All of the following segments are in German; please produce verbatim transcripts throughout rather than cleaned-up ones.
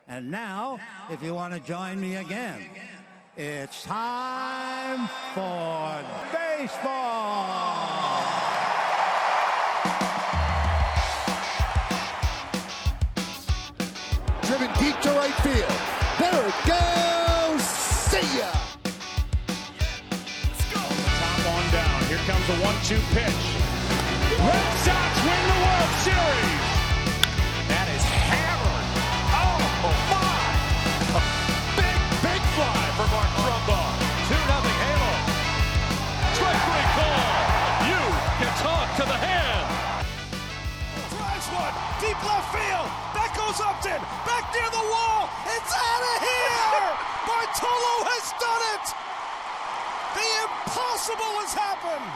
And now, if you want to join me again, it's time for baseball. Driven deep to right field. There it goes. See ya. Let's go. Top on down. Here comes a one two pitch. Red Sox win the World Series. That is hammered. Oh, my. A big, big fly for Mark Trumbo. two nothing Halo. Strike three call. You can talk to the hand. Drives one. Deep left field. That goes Upton. Back near the wall. It's out of here. Bartolo has done it. The impossible has happened.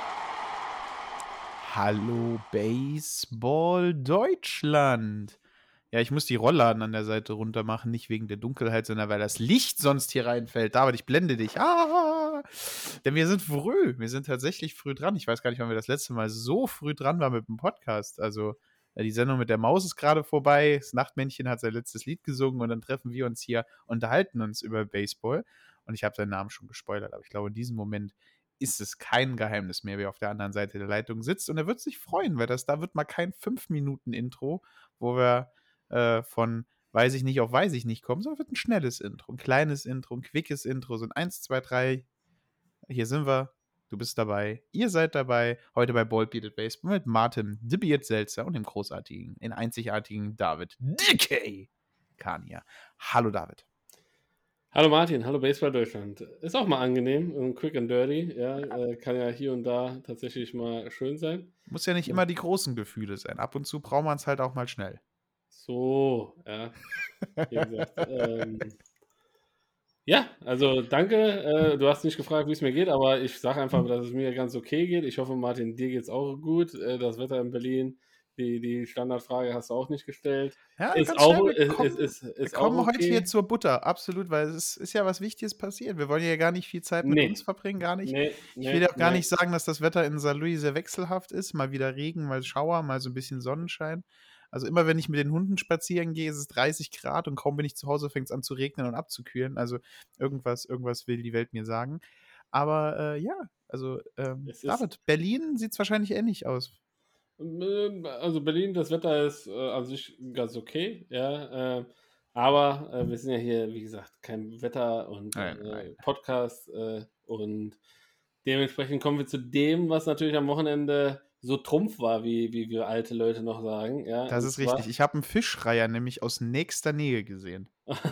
Hallo Baseball Deutschland. Ja, ich muss die Rollladen an der Seite runter machen, nicht wegen der Dunkelheit, sondern weil das Licht sonst hier reinfällt. David, ich blende dich. Ah! Denn wir sind früh. Wir sind tatsächlich früh dran. Ich weiß gar nicht, wann wir das letzte Mal so früh dran waren mit dem Podcast. Also die Sendung mit der Maus ist gerade vorbei. Das Nachtmännchen hat sein letztes Lied gesungen und dann treffen wir uns hier, unterhalten uns über Baseball. Und ich habe seinen Namen schon gespoilert, aber ich glaube, in diesem Moment ist es kein Geheimnis mehr, wer auf der anderen Seite der Leitung sitzt. Und er wird sich freuen, weil das da wird mal kein fünf Minuten Intro, wo wir äh, von weiß ich nicht auf weiß ich nicht kommen, sondern wird ein schnelles Intro, ein kleines Intro, ein quickes Intro, so ein eins, zwei, drei. Hier sind wir, du bist dabei, ihr seid dabei, heute bei Bald Beated Baseball mit Martin The Beard Seltzer und dem großartigen, den einzigartigen David D K Kania. Hallo David. Hallo Martin, hallo Baseball Deutschland. Ist auch mal angenehm und quick and dirty, ja, äh, kann ja hier und da tatsächlich mal schön sein. Muss ja nicht immer die großen Gefühle sein. Ab und zu braucht man es halt auch mal schnell. So, ja. Wie gesagt, ähm, ja, also danke. Äh, du hast nicht gefragt, wie es mir geht, aber ich sage einfach, dass es mir ganz okay geht. Ich hoffe, Martin, dir geht es auch gut. Äh, das Wetter in Berlin, die, die Standardfrage hast du auch nicht gestellt. Ja, ist ganz auch, schnell, wir ist, kommen, ist, ist, ist wir kommen auch okay. heute hier zur Butter, absolut, weil es ist ja was Wichtiges passiert. Wir wollen ja gar nicht viel Zeit mit Nee. uns verbringen, gar nicht. Nee, Ich nee, will auch gar nee. nicht sagen, dass das Wetter in Saint Louis sehr wechselhaft ist. Mal wieder Regen, mal Schauer, mal so ein bisschen Sonnenschein. Also immer, wenn ich mit den Hunden spazieren gehe, ist es dreißig Grad und kaum bin ich zu Hause, fängt es an zu regnen und abzukühlen. Also irgendwas, irgendwas will die Welt mir sagen. Aber äh, ja, also ähm, Es ist- David, Berlin sieht es wahrscheinlich ähnlich aus. Also Berlin, das Wetter ist äh, an sich ganz okay, ja. Äh, aber äh, wir sind ja hier, wie gesagt, kein Wetter- und Nein, äh, nein. Podcast äh, und dementsprechend kommen wir zu dem, was natürlich am Wochenende so Trumpf war, wie, wie wir alte Leute noch sagen. Ja. Das Und ist zwar- richtig. Ich habe einen Fischreiher nämlich aus nächster Nähe gesehen.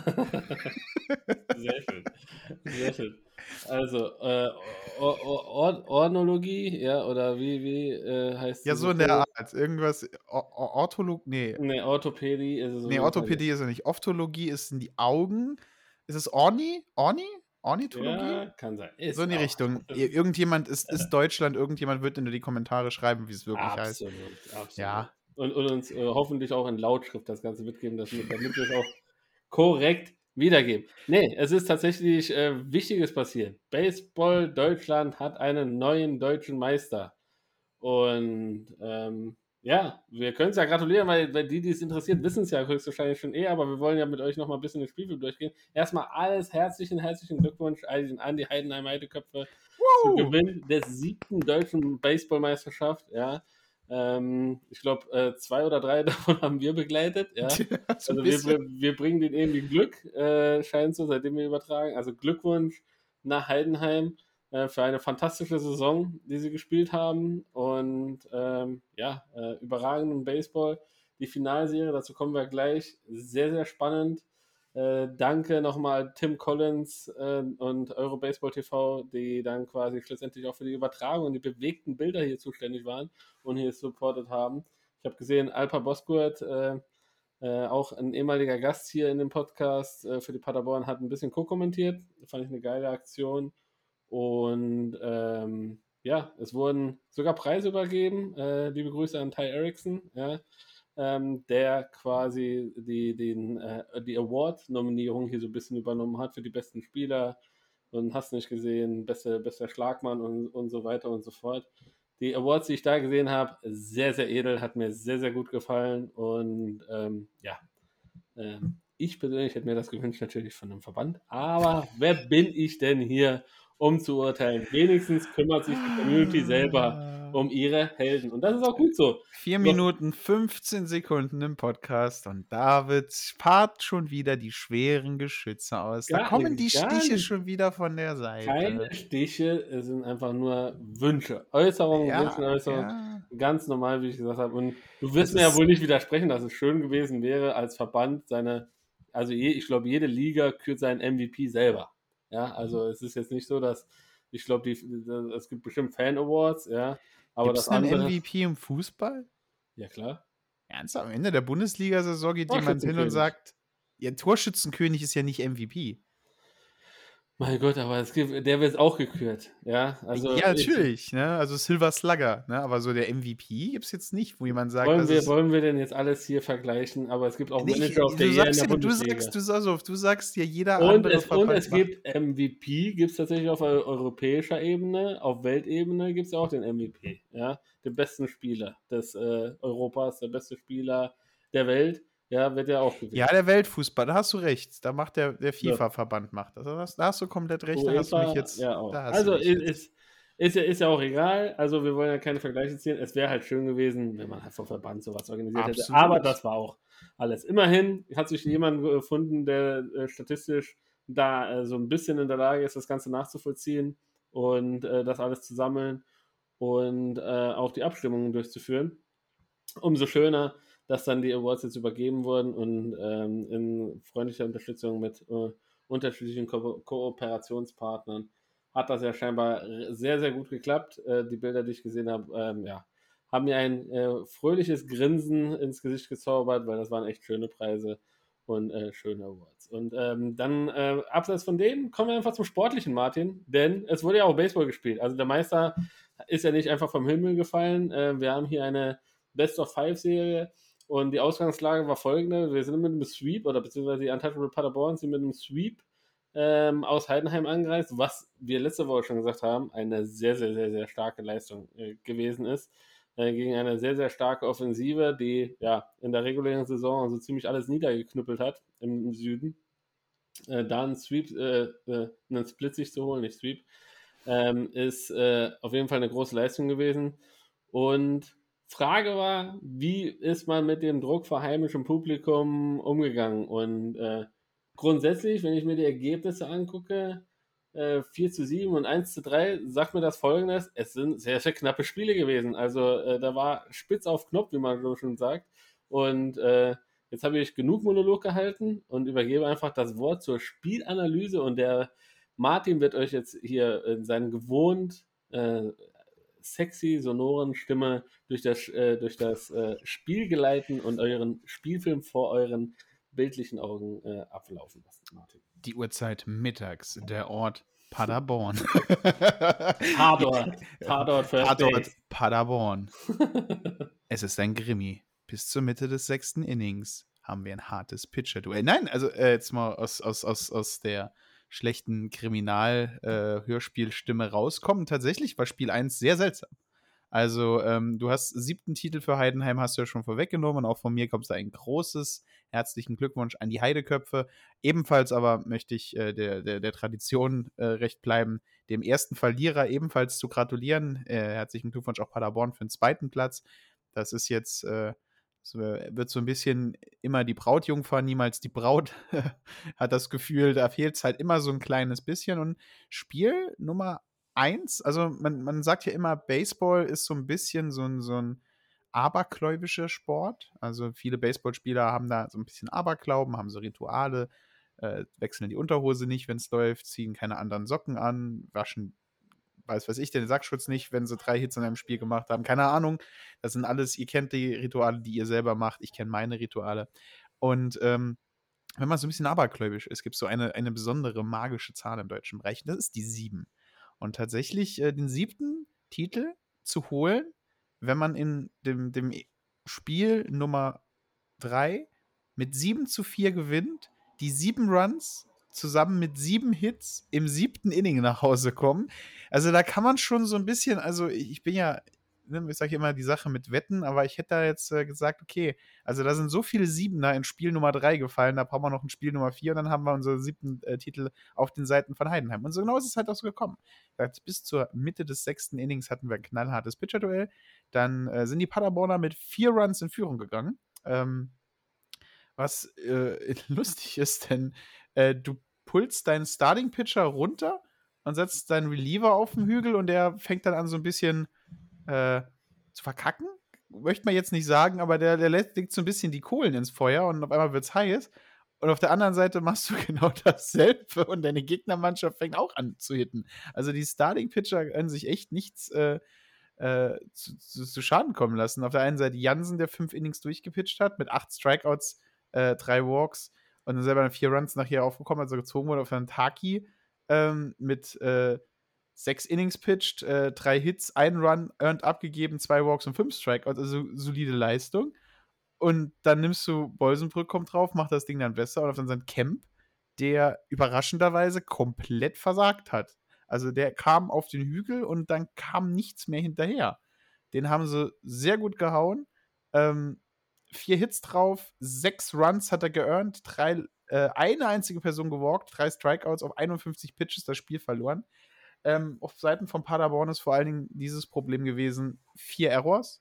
Sehr schön. Sehr schön. Also, äh, Or Or Or Ornologie, ja, oder wie, wie äh, heißt Ja, diese so in der Kur- Art. Irgendwas. Orthologie. Nee. Nee, Orthopädie ist es. auf Nee, jeden Fall Orthopädie ist ja nicht. Ophtologie ist in die Augen. Ist es Orni? Orni? Ornithologie? Ja, kann sein. Ist So in die auch- Richtung. das ist- Irgendjemand ist, ist Deutschland, irgendjemand wird in die Kommentare schreiben, wie es wirklich heißt. Absolut, absolut. Ja. Und, und uns äh, hoffentlich auch in Lautschrift das Ganze mitgeben, dass wir, damit wir es auch korrekt wiedergeben. Nee, es ist tatsächlich äh, Wichtiges passiert. Baseball Deutschland hat einen neuen deutschen Meister. Und ähm, ja, wir können es ja gratulieren, weil, weil die, die es interessiert, wissen es ja höchstwahrscheinlich schon eh, aber wir wollen ja mit euch noch mal ein bisschen das Spielfilm durchgehen. Erstmal alles herzlichen, herzlichen Glückwunsch an die Heidenheim Heideköpfe zum Gewinn des siebten deutschen Baseballmeisterschaft. Ja. Ähm, ich glaube, äh, zwei oder drei davon haben wir begleitet. Ja. so ein Also wir, bisschen. wir bringen denen irgendwie Glück, äh, scheint so, seitdem wir übertragen. Also Glückwunsch nach Heidenheim äh, für eine fantastische Saison, die sie gespielt haben. Und ähm, ja, äh, überragenden Baseball. Die Finalserie, dazu kommen wir gleich. Sehr, sehr spannend. Äh, danke nochmal Tim Collins äh, und Eurobaseball T V, die dann quasi schlussendlich auch für die Übertragung und die bewegten Bilder hier zuständig waren und hier supportet haben. Ich habe gesehen, Alpa Boskurt, äh, äh, auch ein ehemaliger Gast hier in dem Podcast äh, für die Paderborn, hat ein bisschen co-kommentiert. Fand ich eine geile Aktion. Und ähm, ja, es wurden sogar Preise übergeben. Äh, liebe Grüße an Ty Erickson, ja, ähm, der quasi die, den, äh, die Award-Nominierung hier so ein bisschen übernommen hat für die besten Spieler und hast nicht gesehen, beste, bester Schlagmann und, und so weiter und so fort. Die Awards, die ich da gesehen habe, sehr, sehr edel, hat mir sehr, sehr gut gefallen und ähm, ja, ähm, ich persönlich hätte mir das gewünscht, natürlich von einem Verband. Aber wer bin ich denn hier, um zu urteilen? Wenigstens kümmert sich die Community selber um ihre Helden. Und das ist auch gut so. Vier Minuten, fünfzehn Sekunden im Podcast und David spart schon wieder die schweren Geschütze aus. Da Gar kommen nicht, die gar Stiche nicht. schon wieder von der Seite. Keine Stiche, es sind einfach nur Wünsche. Äußerungen, Ja, Wünsche, Äußerungen. ja. Ganz normal, wie ich gesagt habe. Und du wirst Das mir ja ist- wohl nicht widersprechen, dass es schön gewesen wäre, als Verband seine, also je, ich glaube, jede Liga kürt seinen M V P selber. Ja, also es ist jetzt nicht so, dass, ich glaube, die, es gibt bestimmt Fan-Awards, ja, aber Gibt das es einen andere, M V P im Fußball? ja klar. Ernsthaft? Am Ende der Bundesliga-Saison geht jemand hin und Torschützenkönig. sagt, ja, Torschützenkönig ist ja nicht M V P. Mein Gott, aber es gibt, der wird auch gekürt, ja. Also ja, ich- natürlich, ne? Also Silver Slugger, ne? Aber so der M V P gibt es jetzt nicht, wo jemand sagt, Wollen das wir, ist, wollen wir denn jetzt alles hier vergleichen? Aber es gibt auch Nee, ich, Manager of the du, Year in sagst der ja, du, Bundesliga. sagst, du, sagst, du sagst ja, jeder Und andere es, und Verband es macht- gibt M V P, gibt es tatsächlich auf eu- europäischer Ebene, auf Weltebene gibt es auch den M V P, ja, den besten Spieler des äh, Europas, der beste Spieler der Welt, ja, wird ja auch gewählt. Ja, der Weltfußball, da hast du recht. Da macht der, der FIFA-Verband macht das. Da hast, da hast du komplett recht, da hast du mich UEFA, jetzt. ja auch. Da hast Also du mich ist, jetzt. ist, ist, ja, ist ja auch egal, also wir wollen ja keine Vergleiche ziehen, es wäre halt schön gewesen, wenn man halt vom Verband sowas organisiert hätte, Absolut. aber das war auch alles. Immerhin hat sich jemand gefunden, der äh, statistisch da äh, so ein bisschen in der Lage ist, das Ganze nachzuvollziehen und äh, das alles zu sammeln und äh, auch die Abstimmungen durchzuführen. Umso schöner, dass dann die Awards jetzt übergeben wurden und ähm, in freundlicher Unterstützung mit äh, unterschiedlichen Ko Kooperationspartnern hat das ja scheinbar sehr, sehr gut geklappt. Äh, die Bilder, die ich gesehen habe, ähm, ja, haben mir ein äh, fröhliches Grinsen ins Gesicht gezaubert, weil das waren echt schöne Preise und äh, schöne Awards. Und ähm, dann, äh, abseits von dem, kommen wir einfach zum Sportlichen, Martin, denn es wurde ja auch Baseball gespielt. Also der Meister ist ja nicht einfach vom Himmel gefallen. Äh, wir haben hier eine Best-of-Five-Serie und die Ausgangslage war folgende. Wir sind mit einem Sweep, oder beziehungsweise die Untouchable Paderborn sind mit einem Sweep ähm, aus Heidenheim angereist, was wir letzte Woche schon gesagt haben, eine sehr, sehr, sehr, sehr starke Leistung äh, gewesen ist. Äh, gegen eine sehr, sehr starke Offensive, die ja in der regulären Saison so ziemlich alles niedergeknüppelt hat im, im Süden. Äh, da einen Sweep, äh, äh, einen Split sich zu holen, nicht Sweep, ähm, ist äh, auf jeden Fall eine große Leistung gewesen. Und Frage war, wie ist man mit dem Druck vor heimischem Publikum umgegangen? Und äh, grundsätzlich, wenn ich mir die Ergebnisse angucke, äh, vier zu sieben und eins zu drei, sagt mir das Folgendes: Es sind sehr, sehr knappe Spiele gewesen. Also äh, da war spitz auf Knopf, wie man so schon sagt. Und äh, jetzt habe ich genug Monolog gehalten und übergebe einfach das Wort zur Spielanalyse. Und der Martin wird euch jetzt hier in seinen gewohnt äh, sexy, sonoren Stimme durch das, äh, durch das äh, Spiel geleiten und euren Spielfilm vor euren bildlichen Augen äh, ablaufen lassen, Martin. Die Uhrzeit mittags, der Ort Paderborn. Tatort. Tatort First Tatort Base. Paderborn. Es ist ein Grimmi. Bis zur Mitte des sechsten Innings haben wir ein hartes Pitcher-Duell. Nein, also äh, jetzt mal aus, aus, aus, aus der schlechten Kriminal-Hörspielstimme äh, rauskommen. Tatsächlich war Spiel eins sehr seltsam. Also ähm, du hast siebten Titel für Heidenheim, hast du ja schon vorweggenommen. Und auch von mir kommst du ein großes herzlichen Glückwunsch an die Heideköpfe. Ebenfalls aber möchte ich äh, der, der, der Tradition äh, recht bleiben, dem ersten Verlierer ebenfalls zu gratulieren. Äh, herzlichen Glückwunsch auch Paderborn für den zweiten Platz. Das ist jetzt, äh, das wird so ein bisschen immer die Brautjungfer, niemals die Braut, hat das Gefühl, da fehlt es halt immer so ein kleines bisschen. Und Spiel Nummer eins, also man, man sagt ja immer, Baseball ist so ein bisschen so ein, so ein abergläubischer Sport. Also viele Baseballspieler haben da so ein bisschen Aberglauben, haben so Rituale, äh, wechseln die Unterhose nicht, wenn es läuft, ziehen keine anderen Socken an, waschen, weiß weiß ich, den Sackschutz nicht, wenn sie drei Hits in einem Spiel gemacht haben. Keine Ahnung. Das sind alles, ihr kennt die Rituale, die ihr selber macht. Ich kenne meine Rituale. Und ähm, wenn man so ein bisschen abergläubisch ist, gibt es so eine, eine besondere magische Zahl im deutschen Bereich. Das ist die sieben. Und tatsächlich äh, den siebten Titel zu holen, wenn man in dem, dem Spiel Nummer drei mit sieben zu vier gewinnt, die sieben Runs zusammen mit sieben Hits im siebten Inning nach Hause kommen. Also da kann man schon so ein bisschen, also ich bin ja ne, ich sage immer die Sache mit Wetten, aber ich hätte da jetzt äh, gesagt, okay, also da sind so viele Siebener in Spiel Nummer drei gefallen, da brauchen wir noch ein Spiel Nummer vier und dann haben wir unseren siebten äh, Titel auf den Seiten von Heidenheim. Und so genau ist es halt auch so gekommen. Bis zur Mitte des sechsten Innings hatten wir ein knallhartes Pitcher-Duell. Dann äh, sind die Paderborner mit vier Runs in Führung gegangen. Ähm, was äh, lustig ist, denn äh, du pulst deinen Starting-Pitcher runter und setzt deinen Reliever auf den Hügel und der fängt dann an, so ein bisschen äh, zu verkacken. Möchte man jetzt nicht sagen, aber der, der legt so ein bisschen die Kohlen ins Feuer und auf einmal wird es heiß. Und auf der anderen Seite machst du genau dasselbe und deine Gegnermannschaft fängt auch an zu hitten. Also die Starting-Pitcher können sich echt nichts äh, äh, zu, zu, zu Schaden kommen lassen. Auf der einen Seite Jansen, der fünf Innings durchgepitcht hat, mit acht Strikeouts, äh, drei Walks und dann selber vier Runs nachher aufgekommen, als er gezogen wurde, auf einen Taki ähm, mit äh, sechs Innings pitched, äh, drei Hits, ein Run, earned abgegeben, zwei Walks und fünf Strikeouts, also solide Leistung. Und dann nimmst du Bolsenbrück, kommt drauf, macht das Ding dann besser und auf dann sein Kemp, der überraschenderweise komplett versagt hat. Also der kam auf den Hügel und dann kam nichts mehr hinterher. Den haben sie sehr gut gehauen. Ähm, vier Hits drauf, sechs Runs hat er geearnt, drei, äh, eine einzige Person gewalkt, drei Strikeouts auf einundfünfzig Pitches, das Spiel verloren. Ähm, auf Seiten von Paderborn ist vor allen Dingen dieses Problem gewesen, vier Errors.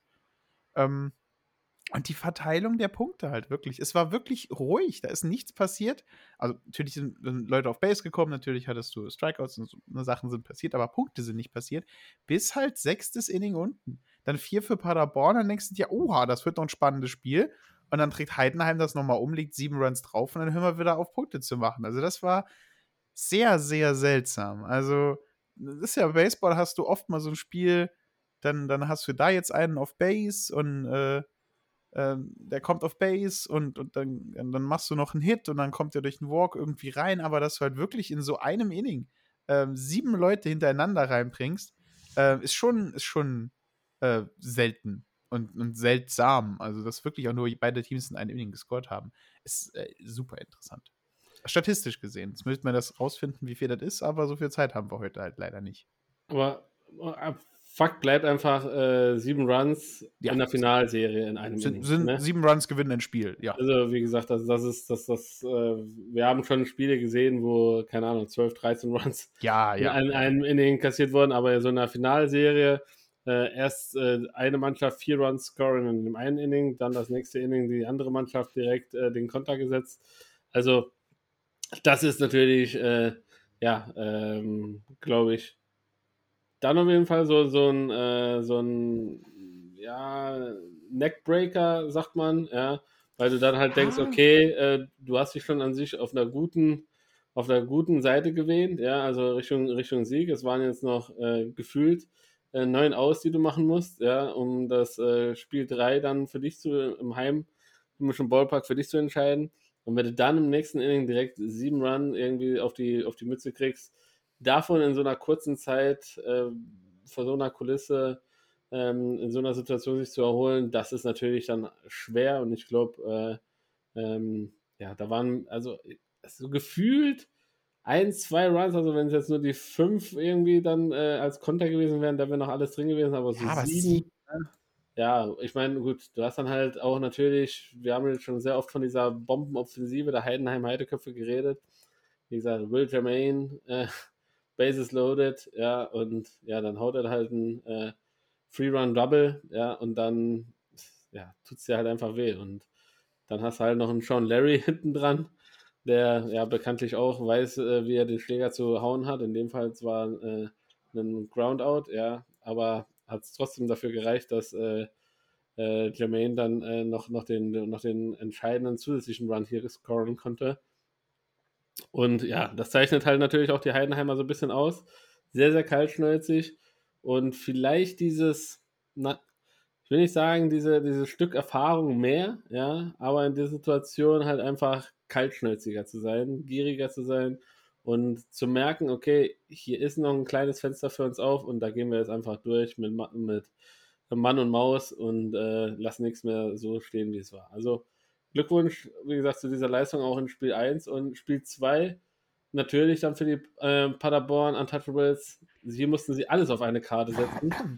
Ähm, und die Verteilung der Punkte halt wirklich. Es war wirklich ruhig, da ist nichts passiert. Also natürlich sind, sind Leute auf Base gekommen, natürlich hattest du Strikeouts und so ne, Sachen sind passiert, aber Punkte sind nicht passiert. Bis halt sechstes Inning unten. Dann vier für Paderborn, dann denkst du dir, oha, das wird doch ein spannendes Spiel. Und dann trägt Heidenheim das nochmal um, liegt sieben Runs drauf und dann hören wir wieder auf, Punkte zu machen. Also das war sehr, sehr seltsam. Also das ist ja Baseball, hast du oft mal so ein Spiel, dann, dann hast du da jetzt einen auf Base und äh, ähm, der kommt auf Base und, und dann, dann machst du noch einen Hit und dann kommt er durch einen Walk irgendwie rein, aber dass du halt wirklich in so einem Inning ähm, sieben Leute hintereinander reinbringst, äh, ist schon, ist schon äh, selten und, und seltsam. Also, dass wirklich auch nur beide Teams in einem Inning gescored haben, ist äh, super interessant. Statistisch gesehen. Jetzt müsste man das rausfinden, wie viel das ist, aber so viel Zeit haben wir heute halt leider nicht. Aber äh, Fakt bleibt einfach äh, sieben Runs Ja. in der Finalserie in einem Sind, Inning. sind Ne? sieben Runs gewinnen ein Spiel, ja. Also wie gesagt, das, das ist das, das, äh, wir haben schon Spiele gesehen, wo, keine Ahnung, zwölf, dreizehn Runs Ja, in ja. einem, einem Inning kassiert wurden, aber so in einer Finalserie äh, erst äh, eine Mannschaft vier Runs scoren in dem einen Inning, dann das nächste Inning die andere Mannschaft direkt äh, den Konter gesetzt. Also das ist natürlich, äh, ja, ähm, glaube ich, dann auf jeden Fall so, so ein, äh, so ein, ja, Neckbreaker, sagt man, ja, weil du dann halt denkst, okay, äh, du hast dich schon an sich auf einer guten, auf einer guten Seite gewähnt, ja, also Richtung, Richtung Sieg. Es waren jetzt noch äh, gefühlt äh, neun Aus, die du machen musst, ja, um das äh, Spiel drei dann für dich zu, im Heim, im Ballpark für dich zu entscheiden. Und wenn du dann im nächsten Inning direkt sieben Run irgendwie auf die, auf die Mütze kriegst, davon in so einer kurzen Zeit äh, vor so einer Kulisse ähm, in so einer Situation sich zu erholen, das ist natürlich dann schwer und ich glaube, äh, ähm, ja, da waren also so gefühlt ein, zwei Runs, also wenn es jetzt nur die fünf irgendwie dann äh, als Konter gewesen wären, da wäre noch alles drin gewesen, aber so Ja, aber sieben, sieben, ja, ich meine, gut, du hast dann halt auch natürlich, wir haben jetzt schon sehr oft von dieser Bombenoffensive der Heidenheim-Heideköpfe geredet, wie gesagt, Will Jermaine, äh, Bases loaded, ja, und ja, dann haut er halt ein äh, Free-Run-Double, ja, und dann, ja, tut es dir halt einfach weh. Und dann hast du halt noch einen Sean Larry hinten dran, der ja bekanntlich auch weiß, äh, wie er den Schläger zu hauen hat. In dem Fall zwar äh, ein Groundout, ja, aber hat es trotzdem dafür gereicht, dass äh, äh, Jermaine dann äh, noch, noch, den, noch den entscheidenden zusätzlichen Run hier scoren konnte. Und ja, das zeichnet halt natürlich auch die Heidenheimer so ein bisschen aus. Sehr, sehr kaltschnäuzig. Und vielleicht dieses, na, ich will nicht sagen, diese, dieses Stück Erfahrung mehr, ja, aber in der Situation halt einfach kaltschnäuziger zu sein, gieriger zu sein und zu merken, okay, hier ist noch ein kleines Fenster für uns auf und da gehen wir jetzt einfach durch mit, mit Mann und Maus und äh, lassen nichts mehr so stehen, wie es war. Also Glückwunsch, wie gesagt, zu dieser Leistung auch in Spiel eins und Spiel zwei natürlich dann für die äh, Paderborn Untouchables. Hier mussten sie alles auf eine Karte setzen.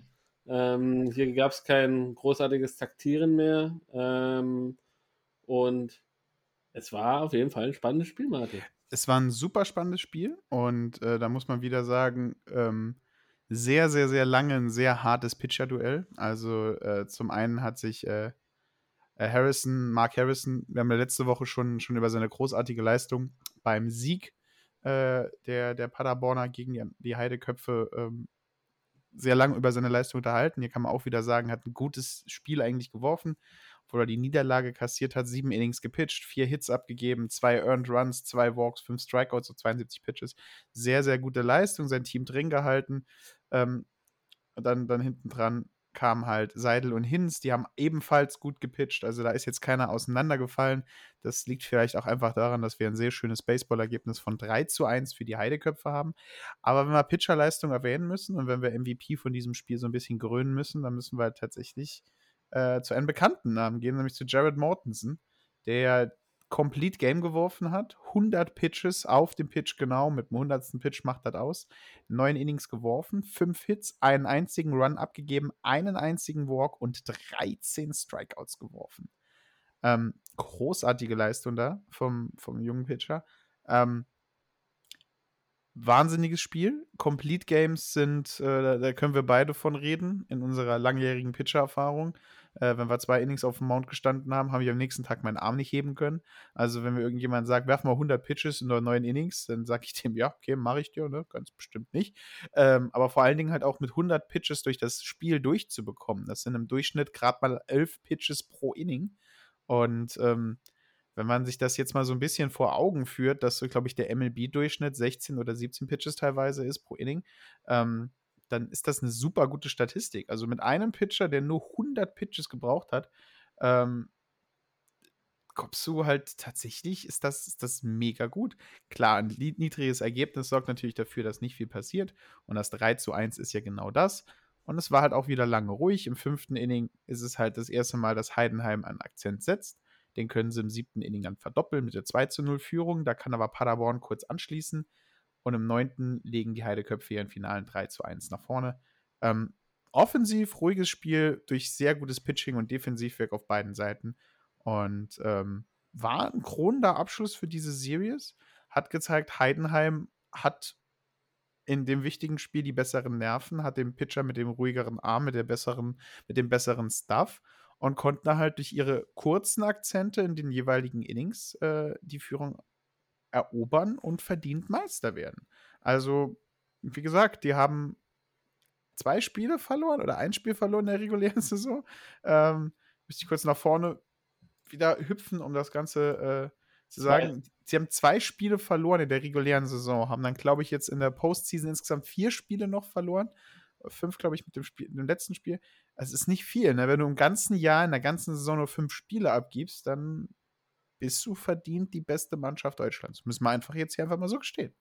Ähm, hier gab es kein großartiges Taktieren mehr. Ähm, und es war auf jeden Fall ein spannendes Spiel, Martin. Es war ein super spannendes Spiel und äh, da muss man wieder sagen, ähm, sehr, sehr, sehr lange ein sehr hartes Pitcher-Duell. Also äh, zum einen hat sich äh, äh, Harrison, Mark Harrison, wir haben ja letzte Woche schon, schon über seine großartige Leistung beim Sieg äh, der, der Paderborner gegen die, die Heideköpfe ähm, sehr lange über seine Leistung unterhalten. Hier kann man auch wieder sagen, hat ein gutes Spiel eigentlich geworfen, obwohl er die Niederlage kassiert hat, sieben Innings gepitcht, vier Hits abgegeben, zwei Earned Runs, zwei Walks, fünf Strikeouts, so zweiundsiebzig Pitches. Sehr, sehr gute Leistung, sein Team drin gehalten. Ähm, und dann, dann hinten dran kamen halt Seidel und Hinz, die haben ebenfalls gut gepitcht, also da ist jetzt keiner auseinandergefallen. Das liegt vielleicht auch einfach daran, dass wir ein sehr schönes Baseball-Ergebnis von drei zu eins für die Heideköpfe haben. Aber wenn wir Pitcherleistung erwähnen müssen und wenn wir M V P von diesem Spiel so ein bisschen krönen müssen, dann müssen wir halt tatsächlich äh, zu einem bekannten Namen gehen, nämlich zu Jared Mortensen, der Complete Game geworfen hat, hundert Pitches auf dem Pitch genau, mit dem hundertsten Pitch macht das aus, neun Innings geworfen, fünf Hits, einen einzigen Run abgegeben, einen einzigen Walk und dreizehn Strikeouts geworfen. Ähm, großartige Leistung da vom, vom jungen Pitcher. Ähm, wahnsinniges Spiel. Complete Games sind, äh, da, da können wir beide von reden, in unserer langjährigen Pitcher-Erfahrung. Äh, wenn wir zwei Innings auf dem Mount gestanden haben, habe ich am nächsten Tag meinen Arm nicht heben können. Also wenn mir irgendjemand sagt, werf mal hundert Pitches in nur neun Innings, dann sage ich dem, ja, okay, mache ich dir, ne? Ganz bestimmt nicht. Ähm, aber vor allen Dingen halt auch mit hundert Pitches durch das Spiel durchzubekommen. Das sind im Durchschnitt gerade mal elf Pitches pro Inning. Und ähm, wenn man sich das jetzt mal so ein bisschen vor Augen führt, dass so, glaube ich, der M L B-Durchschnitt sechzehn oder siebzehn Pitches teilweise ist pro Inning, ähm, dann ist das eine super gute Statistik. Also mit einem Pitcher, der nur hundert Pitches gebraucht hat, ähm, kommst du halt tatsächlich, ist das, ist das mega gut. Klar, ein niedriges Ergebnis sorgt natürlich dafür, dass nicht viel passiert. Und das drei zu eins ist ja genau das. Und es war halt auch wieder lange ruhig. Im fünften Inning ist es halt das erste Mal, dass Heidenheim einen Akzent setzt. Den können sie im siebten Inning dann verdoppeln mit der zwei zu null Führung. Da kann aber Paderborn kurz anschließen. Und im neunten legen die Heideköpfe ihren finalen drei zu eins nach vorne. Ähm, offensiv, ruhiges Spiel durch sehr gutes Pitching und Defensivwerk auf beiden Seiten. Und ähm, war ein kronender Abschluss für diese Series. Hat gezeigt, Heidenheim hat in dem wichtigen Spiel die besseren Nerven, hat den Pitcher mit dem ruhigeren Arm, mit, der besseren, mit dem besseren Stuff und konnten halt durch ihre kurzen Akzente in den jeweiligen Innings äh, die Führung erobern und verdient Meister werden. Also, wie gesagt, die haben zwei Spiele verloren oder ein Spiel verloren in der regulären Saison. Ähm, müsste ich kurz nach vorne wieder hüpfen, um das Ganze äh, zu sagen. Zwei. Sie haben zwei Spiele verloren in der regulären Saison, haben dann, glaube ich, jetzt in der Postseason insgesamt vier Spiele noch verloren. Fünf, glaube ich, mit dem, Spiel, dem letzten Spiel. Es ist nicht viel, ne? Wenn du im ganzen Jahr, in der ganzen Saison nur fünf Spiele abgibst, dann bist du verdient die beste Mannschaft Deutschlands. Müssen wir einfach jetzt hier einfach mal so gestehen.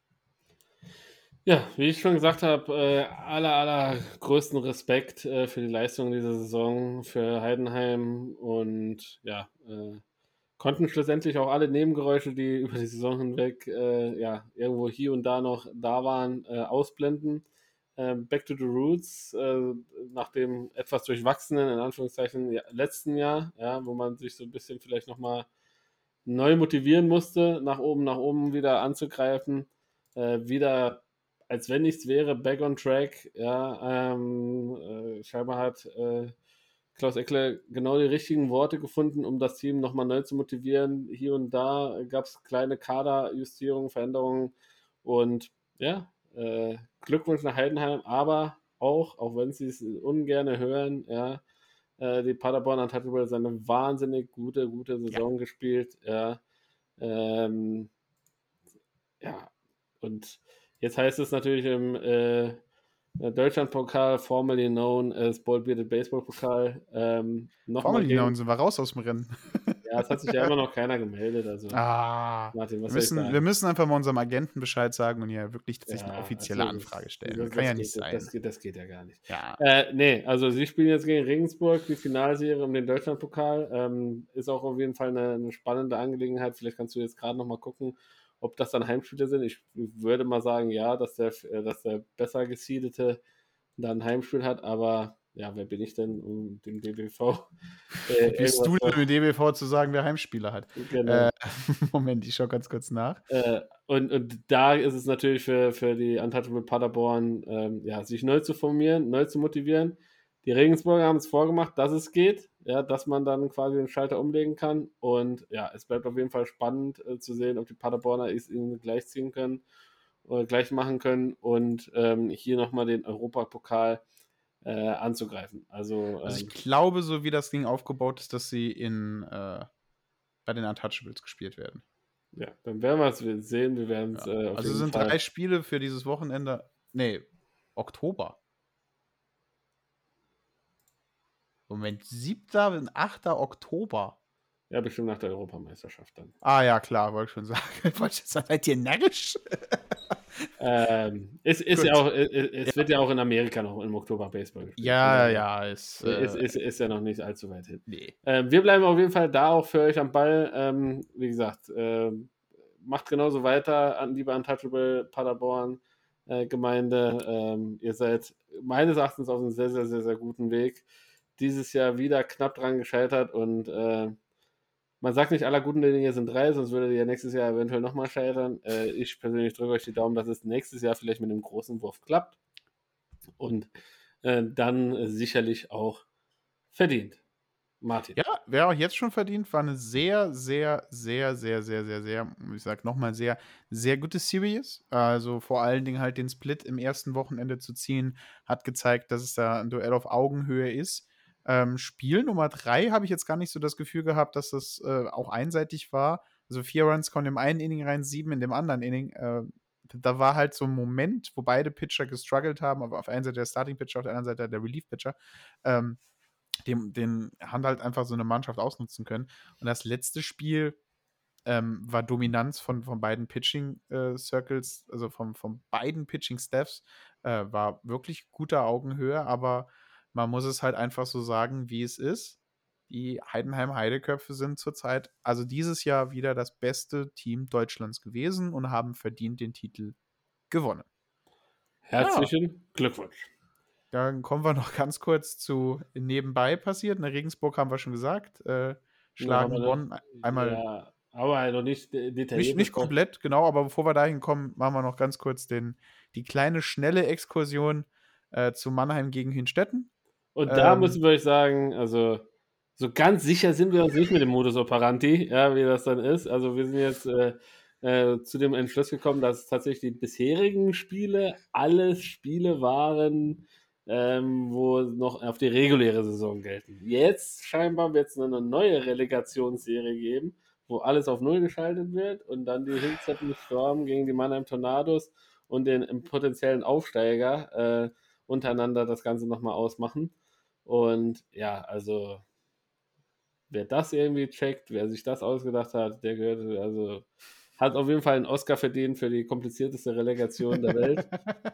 Ja, wie ich schon gesagt habe, äh, aller, aller größten Respekt äh, für die Leistung dieser Saison, für Heidenheim und ja, äh, konnten schlussendlich auch alle Nebengeräusche, die über die Saison hinweg äh, ja, irgendwo hier und da noch da waren, äh, ausblenden. Äh, back to the Roots, äh, nach dem etwas durchwachsenen, in Anführungszeichen, ja, letzten Jahr, ja, wo man sich so ein bisschen vielleicht nochmal neu motivieren musste, nach oben, nach oben wieder anzugreifen, äh, wieder als wenn nichts wäre, back on track, ja, ähm, äh, scheinbar hat äh, Klaus Eckler genau die richtigen Worte gefunden, um das Team nochmal neu zu motivieren. Hier und da gab es kleine Kaderjustierungen, Veränderungen und ja, äh, Glückwunsch nach Heidenheim, aber auch, auch wenn sie es ungern hören, ja, äh, die Paderborn hat über seine wahnsinnig gute, gute Saison ja. gespielt, ja, ähm, ja, und jetzt heißt es natürlich im äh, Deutschlandpokal, formerly known as Bald Bearded Baseball Pokal. Ähm, formerly gegen... known sind wir raus aus dem Rennen. Ja, es hat sich ja immer noch keiner gemeldet. Also, ah, Martin, was wir, müssen, wir müssen einfach mal unserem Agenten Bescheid sagen und hier wirklich sich ja, eine offizielle also, Anfrage stellen. Das, das kann das ja nicht geht, sein. Das geht, das geht ja gar nicht. Ja. Äh, nee, also sie spielen jetzt gegen Regensburg die Finalserie um den Deutschlandpokal. Ähm, ist auch auf jeden Fall eine, eine spannende Angelegenheit. Vielleicht kannst du jetzt gerade noch mal gucken, ob das dann Heimspiele sind. Ich würde mal sagen, ja, dass der, dass der besser gesiedete dann ein Heimspiel hat, aber ja, wer bin ich denn, um dem D B V äh, Bist du irgendwas denn mit D B V zu sagen, wer Heimspieler hat? Genau. Äh, Moment, ich schaue ganz kurz nach. Äh, und, und da ist es natürlich für, für die Untouchable Paderborn, ähm, ja, sich neu zu formieren, neu zu motivieren. Die Regensburger haben es vorgemacht, dass es geht, ja, dass man dann quasi den Schalter umlegen kann. Und ja, es bleibt auf jeden Fall spannend äh, zu sehen, ob die Paderborner es ihnen gleichziehen können oder gleich machen können und ähm, hier nochmal den Europapokal äh, anzugreifen. Also, Also ähm, ich glaube, so wie das Ding aufgebaut ist, dass sie in äh, bei den Untouchables gespielt werden. ja, dann werden wir es sehen. Wir werden es Ja. äh, auf Also es jeden sind Fall. drei Spiele für dieses Wochenende. Nee, Oktober. Moment, siebter und achter Oktober. Ja, bestimmt nach der Europameisterschaft dann. Ah ja, klar, wollte ich schon sagen. Wollte ich sagen, seid ihr närrisch? Ähm, es ist Gut. ja auch, es, es Ja. wird ja auch in Amerika noch im Oktober Baseball gespielt. Ja, Von ja, ist, daher Ist, äh, ist, ist ja noch nicht allzu weit hin. nee. Ähm, wir bleiben auf jeden Fall da auch für euch am Ball. Ähm, wie gesagt, ähm, macht genauso weiter, an liebe Untouchable Paderborn äh, Gemeinde. Ähm, ihr seid meines Erachtens auf einem sehr, sehr, sehr, sehr guten Weg. Dieses Jahr wieder knapp dran gescheitert und äh, man sagt nicht, aller guten Dinge sind drei, sonst würdet ihr ja nächstes Jahr eventuell nochmal scheitern. Äh, ich persönlich drücke euch die Daumen, dass es nächstes Jahr vielleicht mit einem großen Wurf klappt und äh, dann äh, sicherlich auch verdient. Martin. Ja, wäre auch jetzt schon verdient. War eine sehr, sehr, sehr, sehr, sehr, sehr, sehr, ich sag nochmal, sehr, sehr gute Series. Also vor allen Dingen halt den Split im ersten Wochenende zu ziehen, hat gezeigt, dass es da ein Duell auf Augenhöhe ist. Ähm, Spiel Nummer drei habe ich jetzt gar nicht so das Gefühl gehabt, dass das äh, auch einseitig war. Also vier Runs kommen im einen Inning rein, sieben in dem anderen Inning. Äh, da war halt so ein Moment, wo beide Pitcher gestruggelt haben, aber auf der einen Seite der Starting-Pitcher, auf der anderen Seite der Relief-Pitcher. Ähm, den, den haben halt einfach so eine Mannschaft ausnutzen können. Und das letzte Spiel ähm, war Dominanz von, von beiden Pitching-Circles, äh, also von, von beiden Pitching-Staffs, äh, war wirklich guter Augenhöhe, aber man muss es halt einfach so sagen, wie es ist. Die Heidenheim-Heideköpfe sind zurzeit, also dieses Jahr wieder das beste Team Deutschlands gewesen und haben verdient den Titel gewonnen. Herzlichen Glückwunsch. Dann kommen wir noch ganz kurz zu nebenbei passiert. In Regensburg haben wir schon gesagt. Äh, schlagen Ja, aber Bonn einmal. Ja, aber noch nicht de- detailliert. Nicht, nicht komplett, genau, aber bevor wir dahin kommen, machen wir noch ganz kurz den, die kleine, schnelle Exkursion äh, zu Mannheim gegen Hinstetten. Und da Ähm, müssen wir euch sagen, also so ganz sicher sind wir uns nicht mit dem Modus operandi, ja, wie das dann ist. Also wir sind jetzt äh, äh, zu dem Entschluss gekommen, dass tatsächlich die bisherigen Spiele alles Spiele waren, ähm, wo noch auf die reguläre Saison gelten. Jetzt scheinbar wird es eine neue Relegationsserie geben, wo alles auf Null geschaltet wird und dann die Hinstetten Storm gegen die Mannheim Tornados und den ähm, potenziellen Aufsteiger äh, untereinander das Ganze nochmal ausmachen. Und ja, also wer das irgendwie checkt, wer sich das ausgedacht hat, der gehört, also hat auf jeden Fall einen Oscar verdient für die komplizierteste Relegation der Welt.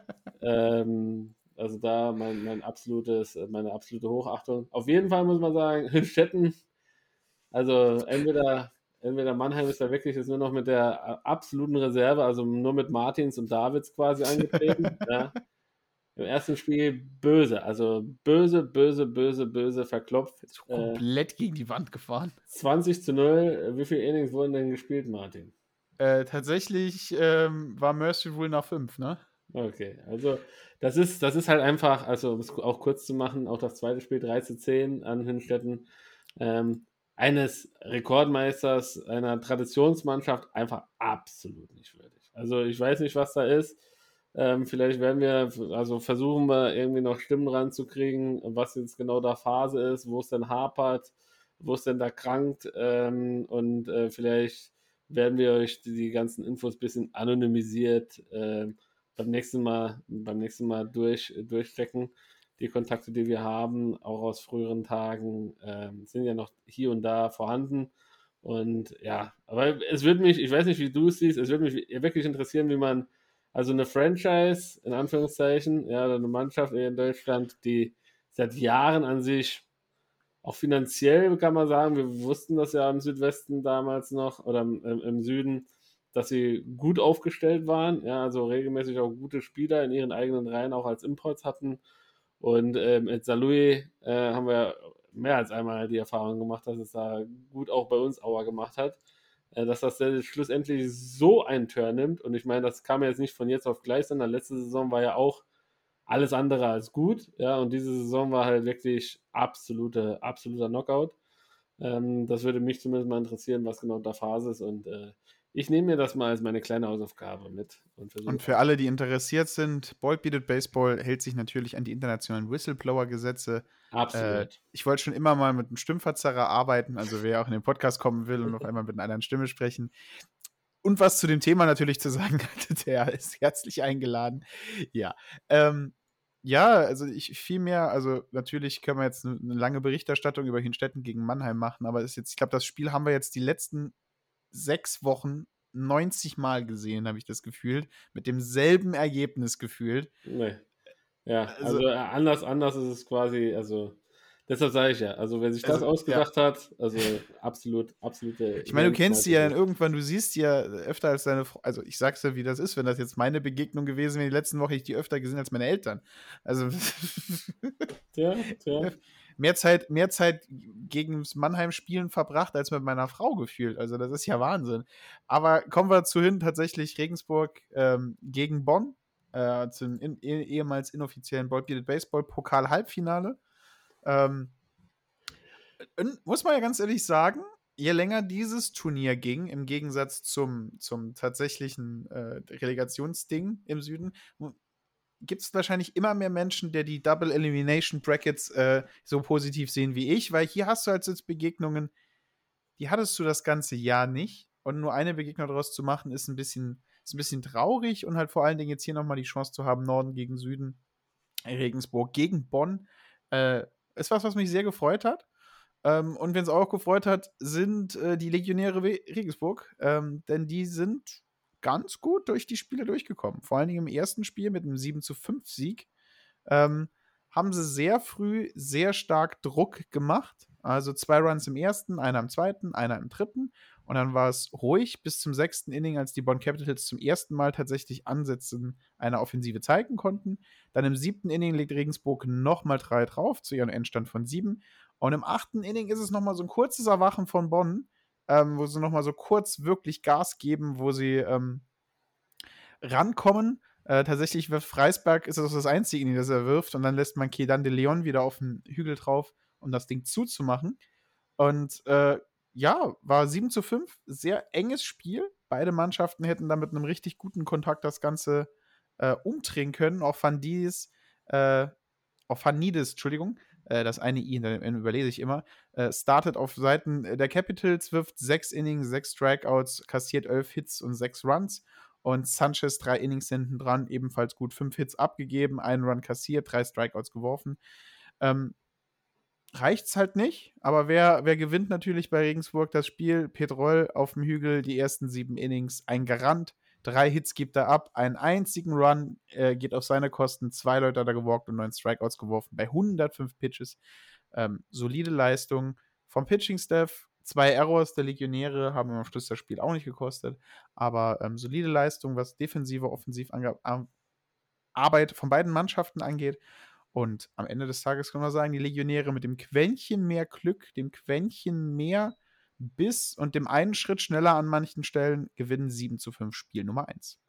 ähm, also da mein, mein absolutes, meine absolute Hochachtung. Auf jeden Fall muss man sagen, Hinstetten, also entweder, entweder Mannheim ist da wirklich jetzt nur noch mit der absoluten Reserve, also nur mit Martins und Davids quasi angetreten. ja. Im ersten Spiel böse, also böse, böse, böse, böse verklopft. so komplett äh, gegen die Wand gefahren. zwanzig zu null. Wie viele Innings wurden denn gespielt, Martin? Äh, tatsächlich ähm, war Mercy Rule nach fünf, ne? Okay, also das ist, das ist halt einfach, also um es auch kurz zu machen, auch das zweite Spiel drei zu zehn an Hinstetten. Ähm, eines Rekordmeisters, einer Traditionsmannschaft einfach absolut nicht würdig. Also ich weiß nicht, was da ist. Ähm, vielleicht werden wir, also versuchen wir irgendwie noch Stimmen ranzukriegen, was jetzt genau da Phase ist, wo es denn hapert, wo es denn da krankt ähm, und äh, vielleicht werden wir euch die, die ganzen Infos ein bisschen anonymisiert äh, beim nächsten Mal, beim nächsten Mal durch, durchchecken. Die Kontakte, die wir haben, auch aus früheren Tagen, äh, sind ja noch hier und da vorhanden. Und ja, aber es würde mich, ich weiß nicht, wie du es siehst, es würde mich wirklich interessieren, wie man also eine Franchise, in Anführungszeichen, ja, eine Mannschaft in Deutschland, die seit Jahren an sich, auch finanziell kann man sagen, wir wussten das ja im Südwesten damals noch oder im, im Süden, dass sie gut aufgestellt waren, ja, also regelmäßig auch gute Spieler in ihren eigenen Reihen auch als Imports hatten Und ähm, mit Saarlouis äh, haben wir mehr als einmal die Erfahrung gemacht, dass es da gut auch bei uns Aua gemacht hat. Äh, dass das äh, schlussendlich so einen Turn nimmt. Und ich meine, das kam ja jetzt nicht von jetzt auf gleich, sondern letzte Saison war ja auch alles andere als gut. Ja, und diese Saison war halt wirklich absolute, absoluter Knockout. Ähm, das würde mich zumindest mal interessieren, was genau da Phase ist. Und äh, ich nehme mir das mal als meine kleine Hausaufgabe mit. Und, und für alle, die interessiert sind, Bald Beat It Baseball hält sich natürlich an die internationalen Whistleblower-Gesetze. Absolut. Äh, ich wollte schon immer mal mit einem Stimmverzerrer arbeiten, also wer auch in den Podcast kommen will und auf einmal mit einer anderen Stimme sprechen und was zu dem Thema natürlich zu sagen hat, der ist herzlich eingeladen. Ja, ähm, ja, also ich viel mehr, also natürlich können wir jetzt eine, eine lange Berichterstattung über Hinstetten gegen Mannheim machen, aber ist jetzt, ich glaube, das Spiel haben wir jetzt die letzten sechs Wochen neunzig Mal gesehen, habe ich das gefühlt, mit demselben Ergebnis gefühlt. Nee. Ja, Also, also äh, anders, anders ist es quasi, also deshalb sage ich ja, also wer sich das Also, ausgedacht hat, also absolut, absolute. ich meine, du kennst die ja dann Lebensqualität. irgendwann, du siehst die ja öfter als deine Frau. Also ich sag's ja, wie das ist, wenn das jetzt meine Begegnung gewesen wäre, die letzten Woche ich die öfter gesehen als meine Eltern. Also Tja, tja. mehr Zeit, mehr Zeit gegen das Mannheim-Spielen verbracht als mit meiner Frau gefühlt. Also das ist ja Wahnsinn. Aber kommen wir zu hin, tatsächlich Regensburg ähm, gegen Bonn, äh, zum in, eh- ehemals inoffiziellen Bald Beat It Baseball Pokal-Halbfinale. Ähm, und muss man ja ganz ehrlich sagen, je länger dieses Turnier ging, im Gegensatz zum, zum tatsächlichen äh, Relegationsding im Süden, gibt es wahrscheinlich immer mehr Menschen, die die Double Elimination Brackets äh, so positiv sehen wie ich, weil hier hast du halt jetzt Begegnungen, die hattest du das ganze Jahr nicht. Und nur eine Begegnung daraus zu machen, ist ein bisschen, ist ein bisschen traurig und halt vor allen Dingen jetzt hier nochmal die Chance zu haben, Norden gegen Süden, Regensburg gegen Bonn. Äh, ist was, was mich sehr gefreut hat. Ähm, und wenn es auch gefreut hat, sind äh, die Legionäre We- Regensburg, ähm, denn die sind ganz gut durch die Spiele durchgekommen. Vor allen Dingen im ersten Spiel mit einem sieben zu fünf Sieg ähm, haben sie sehr früh sehr stark Druck gemacht. Also zwei Runs im ersten, einer im zweiten, einer im dritten. Und dann war es ruhig bis zum sechsten Inning, als die Bonn Capitals zum ersten Mal tatsächlich Ansätzen einer Offensive zeigen konnten. Dann im siebten Inning legt Regensburg nochmal drei drauf, zu ihrem Endstand von sieben. Und im achten Inning ist es nochmal so ein kurzes Erwachen von Bonn, ähm, wo sie nochmal so kurz wirklich Gas geben, wo sie ähm, rankommen. Äh, tatsächlich wirft Freisberg, ist das das einzige Inning, das er wirft, und dann lässt man Kedan de Leon wieder auf den Hügel drauf, um das Ding zuzumachen. Und äh, ja, war sieben zu fünf, sehr enges Spiel. Beide Mannschaften hätten da mit einem richtig guten Kontakt das Ganze äh, umdrehen können. Auch Van Dies, äh, auch Van Nides, Entschuldigung, äh, das eine I, da überlese ich immer, äh, startet auf Seiten der Capitals, wirft sechs Innings, sechs Strikeouts, kassiert elf Hits und sechs Runs. Und Sanchez drei Innings hinten dran, ebenfalls gut fünf Hits abgegeben, einen Run kassiert, drei Strikeouts geworfen. Ähm, reicht's halt nicht, aber wer, wer gewinnt natürlich bei Regensburg das Spiel? Petrol auf dem Hügel, die ersten sieben Innings, ein Garant, drei Hits gibt er ab, einen einzigen Run äh, geht auf seine Kosten, zwei Leute hat er gewalkt und neun Strikeouts geworfen bei hundertfünf Pitches. Ähm, solide Leistung vom Pitching-Staff, zwei Errors der Legionäre haben am Schluss das Spiel auch nicht gekostet, aber ähm, solide Leistung, was defensive, offensiv ange- Ar- Arbeit von beiden Mannschaften angeht. Und am Ende des Tages können wir sagen, die Legionäre mit dem Quäntchen mehr Glück, dem Quäntchen mehr Biss und dem einen Schritt schneller an manchen Stellen gewinnen sieben zu fünf Spiel Nummer eins.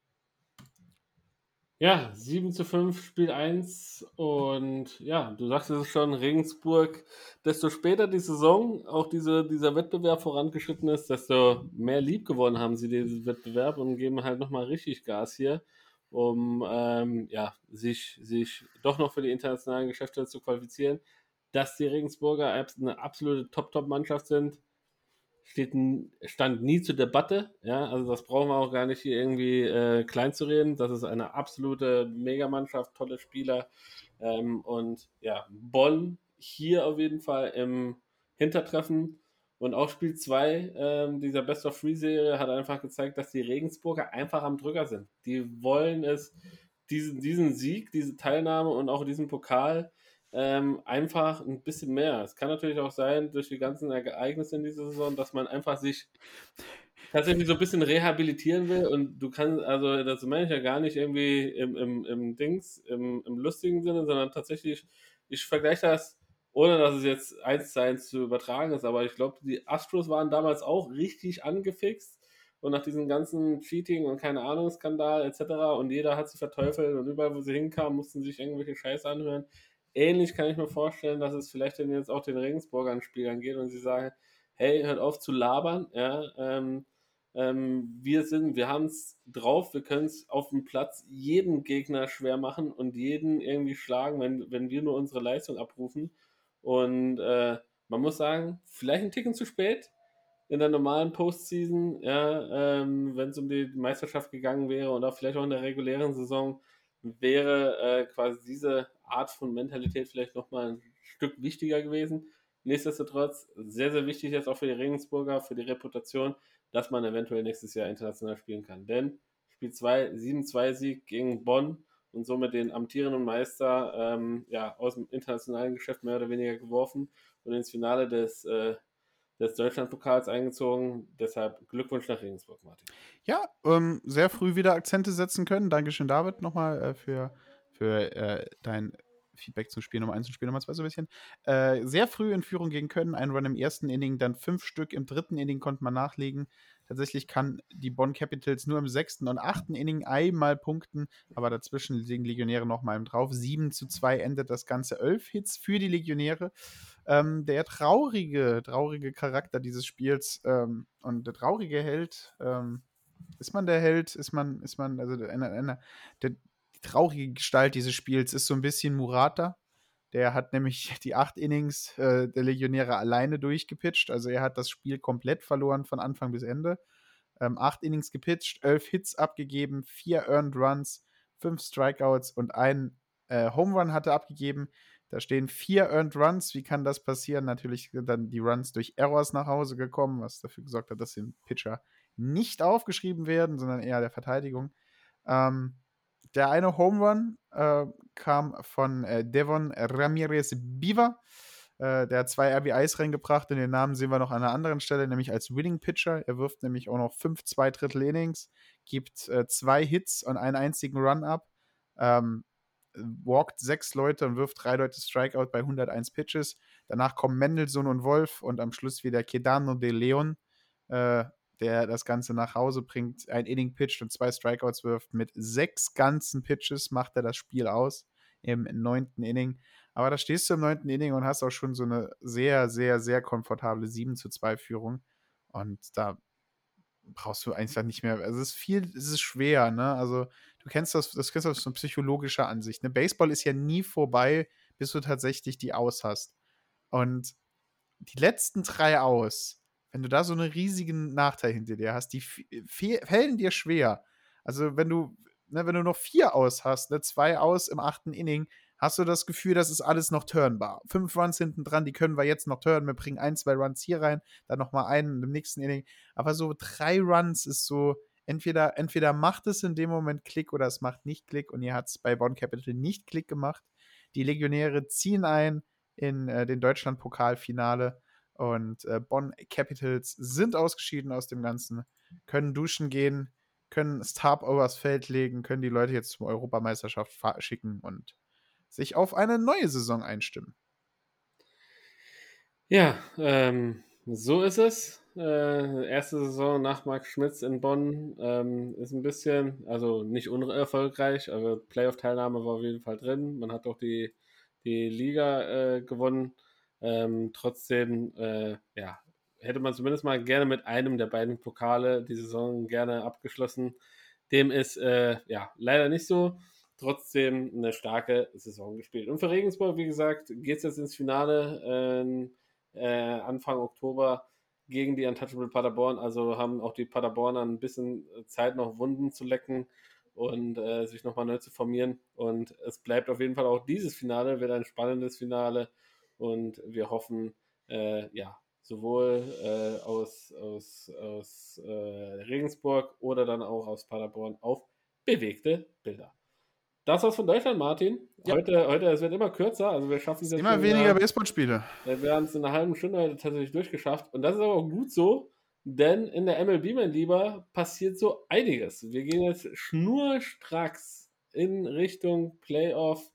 Ja, sieben zu fünf, Spiel eins. Und ja, du sagtest es schon, Regensburg, desto später die Saison auch diese, dieser Wettbewerb vorangeschritten ist, desto mehr lieb gewonnen haben sie diesen Wettbewerb und geben halt nochmal richtig Gas hier, um ähm, ja, sich, sich doch noch für die internationalen Geschäfte zu qualifizieren. Dass die Regensburger eine absolute Top-Top-Mannschaft sind, steht, stand nie zur Debatte. Ja, also das brauchen wir auch gar nicht hier irgendwie äh, klein zu reden. Das ist eine absolute Megamannschaft, tolle Spieler. Ähm, und ja, Bonn hier auf jeden Fall im Hintertreffen. Und auch Spiel zwei ähm, dieser Best of Three Serie hat einfach gezeigt, dass die Regensburger einfach am Drücker sind. Die wollen es, diesen, diesen Sieg, diese Teilnahme und auch diesen Pokal ähm, einfach ein bisschen mehr. Es kann natürlich auch sein, durch die ganzen Ereignisse in dieser Saison, dass man einfach sich tatsächlich so ein bisschen rehabilitieren will und du kannst, also das meine ich ja gar nicht irgendwie im, im, im Dings, im, im lustigen Sinne, sondern tatsächlich, ich vergleiche das, ohne dass es jetzt eins zu eins zu übertragen ist, aber ich glaube, die Astros waren damals auch richtig angefixt und nach diesem ganzen Cheating und keine Ahnung, Skandal et cetera und jeder hat sie verteufelt und überall, wo sie hinkamen, mussten sich irgendwelche Scheiße anhören. Ähnlich kann ich mir vorstellen, dass es vielleicht dann jetzt auch den Regensburgern Spielern geht und sie sagen, hey, hört auf zu labern, ja, ähm, ähm, wir sind, wir haben es drauf, wir können es auf dem Platz jeden Gegner schwer machen und jeden irgendwie schlagen, wenn, wenn wir nur unsere Leistung abrufen. Und äh, man muss sagen, vielleicht ein Ticken zu spät in der normalen Postseason, ja, ähm, wenn es um die Meisterschaft gegangen wäre oder vielleicht auch in der regulären Saison, wäre äh, quasi diese Art von Mentalität vielleicht nochmal ein Stück wichtiger gewesen. Nichtsdestotrotz sehr, sehr wichtig jetzt auch für die Regensburger, für die Reputation, dass man eventuell nächstes Jahr international spielen kann. Denn Spiel zwei, sieben zwei Sieg gegen Bonn und somit den amtierenden Meister ähm, ja, aus dem internationalen Geschäft mehr oder weniger geworfen und ins Finale des, äh, des Deutschlandpokals eingezogen. Deshalb Glückwunsch nach Regensburg, Martin. Ja, ähm, sehr früh wieder Akzente setzen können. Dankeschön, David, nochmal äh, für, für äh, dein Feedback zu Spiel Nummer eins und Spiel Nummer zwei so ein bisschen. Äh, sehr früh in Führung gehen können. Ein Run im ersten Inning, dann fünf Stück im dritten Inning konnte man nachlegen. Tatsächlich kann die Bonn Capitals nur im sechsten und achten Inning einmal punkten, aber dazwischen liegen Legionäre nochmal drauf. sieben zu zwei endet das Ganze. elf Hits für die Legionäre. Ähm, der traurige, traurige Charakter dieses Spiels ähm, und der traurige Held, ähm, ist man der Held? Ist man, ist man, also eine, eine, der, die traurige Gestalt dieses Spiels ist so ein bisschen Murata. Der hat nämlich die acht Innings äh, der Legionäre alleine durchgepitcht. Also er hat das Spiel komplett verloren von Anfang bis Ende. Ähm, acht Innings gepitcht, elf Hits abgegeben, vier Earned Runs, fünf Strikeouts und ein äh, Home Run hat er abgegeben. Da stehen vier Earned Runs. Wie kann das passieren? Natürlich sind dann die Runs durch Errors nach Hause gekommen, was dafür gesorgt hat, dass den Pitcher nicht aufgeschrieben werden, sondern eher der Verteidigung. Ähm, der eine Home Run äh, kam von äh, Devon Ramirez Biva. Äh, der hat zwei R B Is reingebracht. Und den Namen sehen wir noch an einer anderen Stelle, nämlich als Winning Pitcher. Er wirft nämlich auch noch fünf zwei Drittel Innings, gibt äh, zwei Hits und einen einzigen Run ab. Ähm, walkt sechs Leute und wirft drei Leute Strikeout bei hunderteins Pitches. Danach kommen Mendelssohn und Wolf und am Schluss wieder Kedano de Leon, äh, der das Ganze nach Hause bringt, ein Inning pitcht und zwei Strikeouts wirft. Mit sechs ganzen Pitches macht er das Spiel aus im neunten Inning. Aber da stehst du im neunten Inning und hast auch schon so eine sehr, sehr, sehr komfortable sieben zu zwei Führung. Und da brauchst du einfach nicht mehr, also es ist viel, es ist schwer, ne, also du kennst das, das kennst du aus so psychologischer Ansicht, ne, Baseball ist ja nie vorbei, bis du tatsächlich die Aus hast und die letzten drei Aus, wenn du da so einen riesigen Nachteil hinter dir hast, die fällen dir schwer, also wenn du, ne, wenn du noch vier Aus hast, ne, zwei Aus im achten Inning, hast du das Gefühl, das ist alles noch turnbar. Fünf Runs hinten dran, die können wir jetzt noch turnen. Wir bringen ein, zwei Runs hier rein, dann nochmal einen im nächsten Inning. Aber so drei Runs ist so, entweder, entweder macht es in dem Moment Klick oder es macht nicht Klick. Und hier hat es bei Bonn Capital nicht Klick gemacht. Die Legionäre ziehen ein in äh, den Deutschland-Pokalfinale. Und äh, Bonn Capitals sind ausgeschieden aus dem Ganzen, können duschen gehen, können Stab übers Feld legen, können die Leute jetzt zur Europameisterschaft schicken und sich auf eine neue Saison einstimmen. Ja, ähm, so ist es. Äh, erste Saison nach Marc Schmitz in Bonn ähm, ist ein bisschen, also nicht unerfolgreich, aber Playoff-Teilnahme war auf jeden Fall drin. Man hat auch die, die Liga äh, gewonnen. Ähm, trotzdem, äh, ja, hätte man zumindest mal gerne mit einem der beiden Pokale die Saison gerne abgeschlossen. Dem ist äh, ja leider nicht so. Trotzdem eine starke Saison gespielt. Und für Regensburg, wie gesagt, geht es jetzt ins Finale äh, äh, Anfang Oktober gegen die Untouchable Paderborn. Also haben auch die Paderborner ein bisschen Zeit, noch Wunden zu lecken und äh, sich nochmal neu zu formieren. Und es bleibt auf jeden Fall auch dieses Finale, wird ein spannendes Finale. Und wir hoffen, äh, ja, sowohl äh, aus, aus, aus äh, Regensburg oder dann auch aus Paderborn auf bewegte Bilder. Das war's von Deutschland, Martin. Ja. Heute, heute, es wird immer kürzer, also wir schaffen es jetzt immer weniger Baseballspiele. Wir haben es in einer halben Stunde heute tatsächlich durchgeschafft und das ist aber auch gut so, Denn in der M L B, mein Lieber, passiert so einiges. Wir gehen jetzt schnurstracks in Richtung Playoff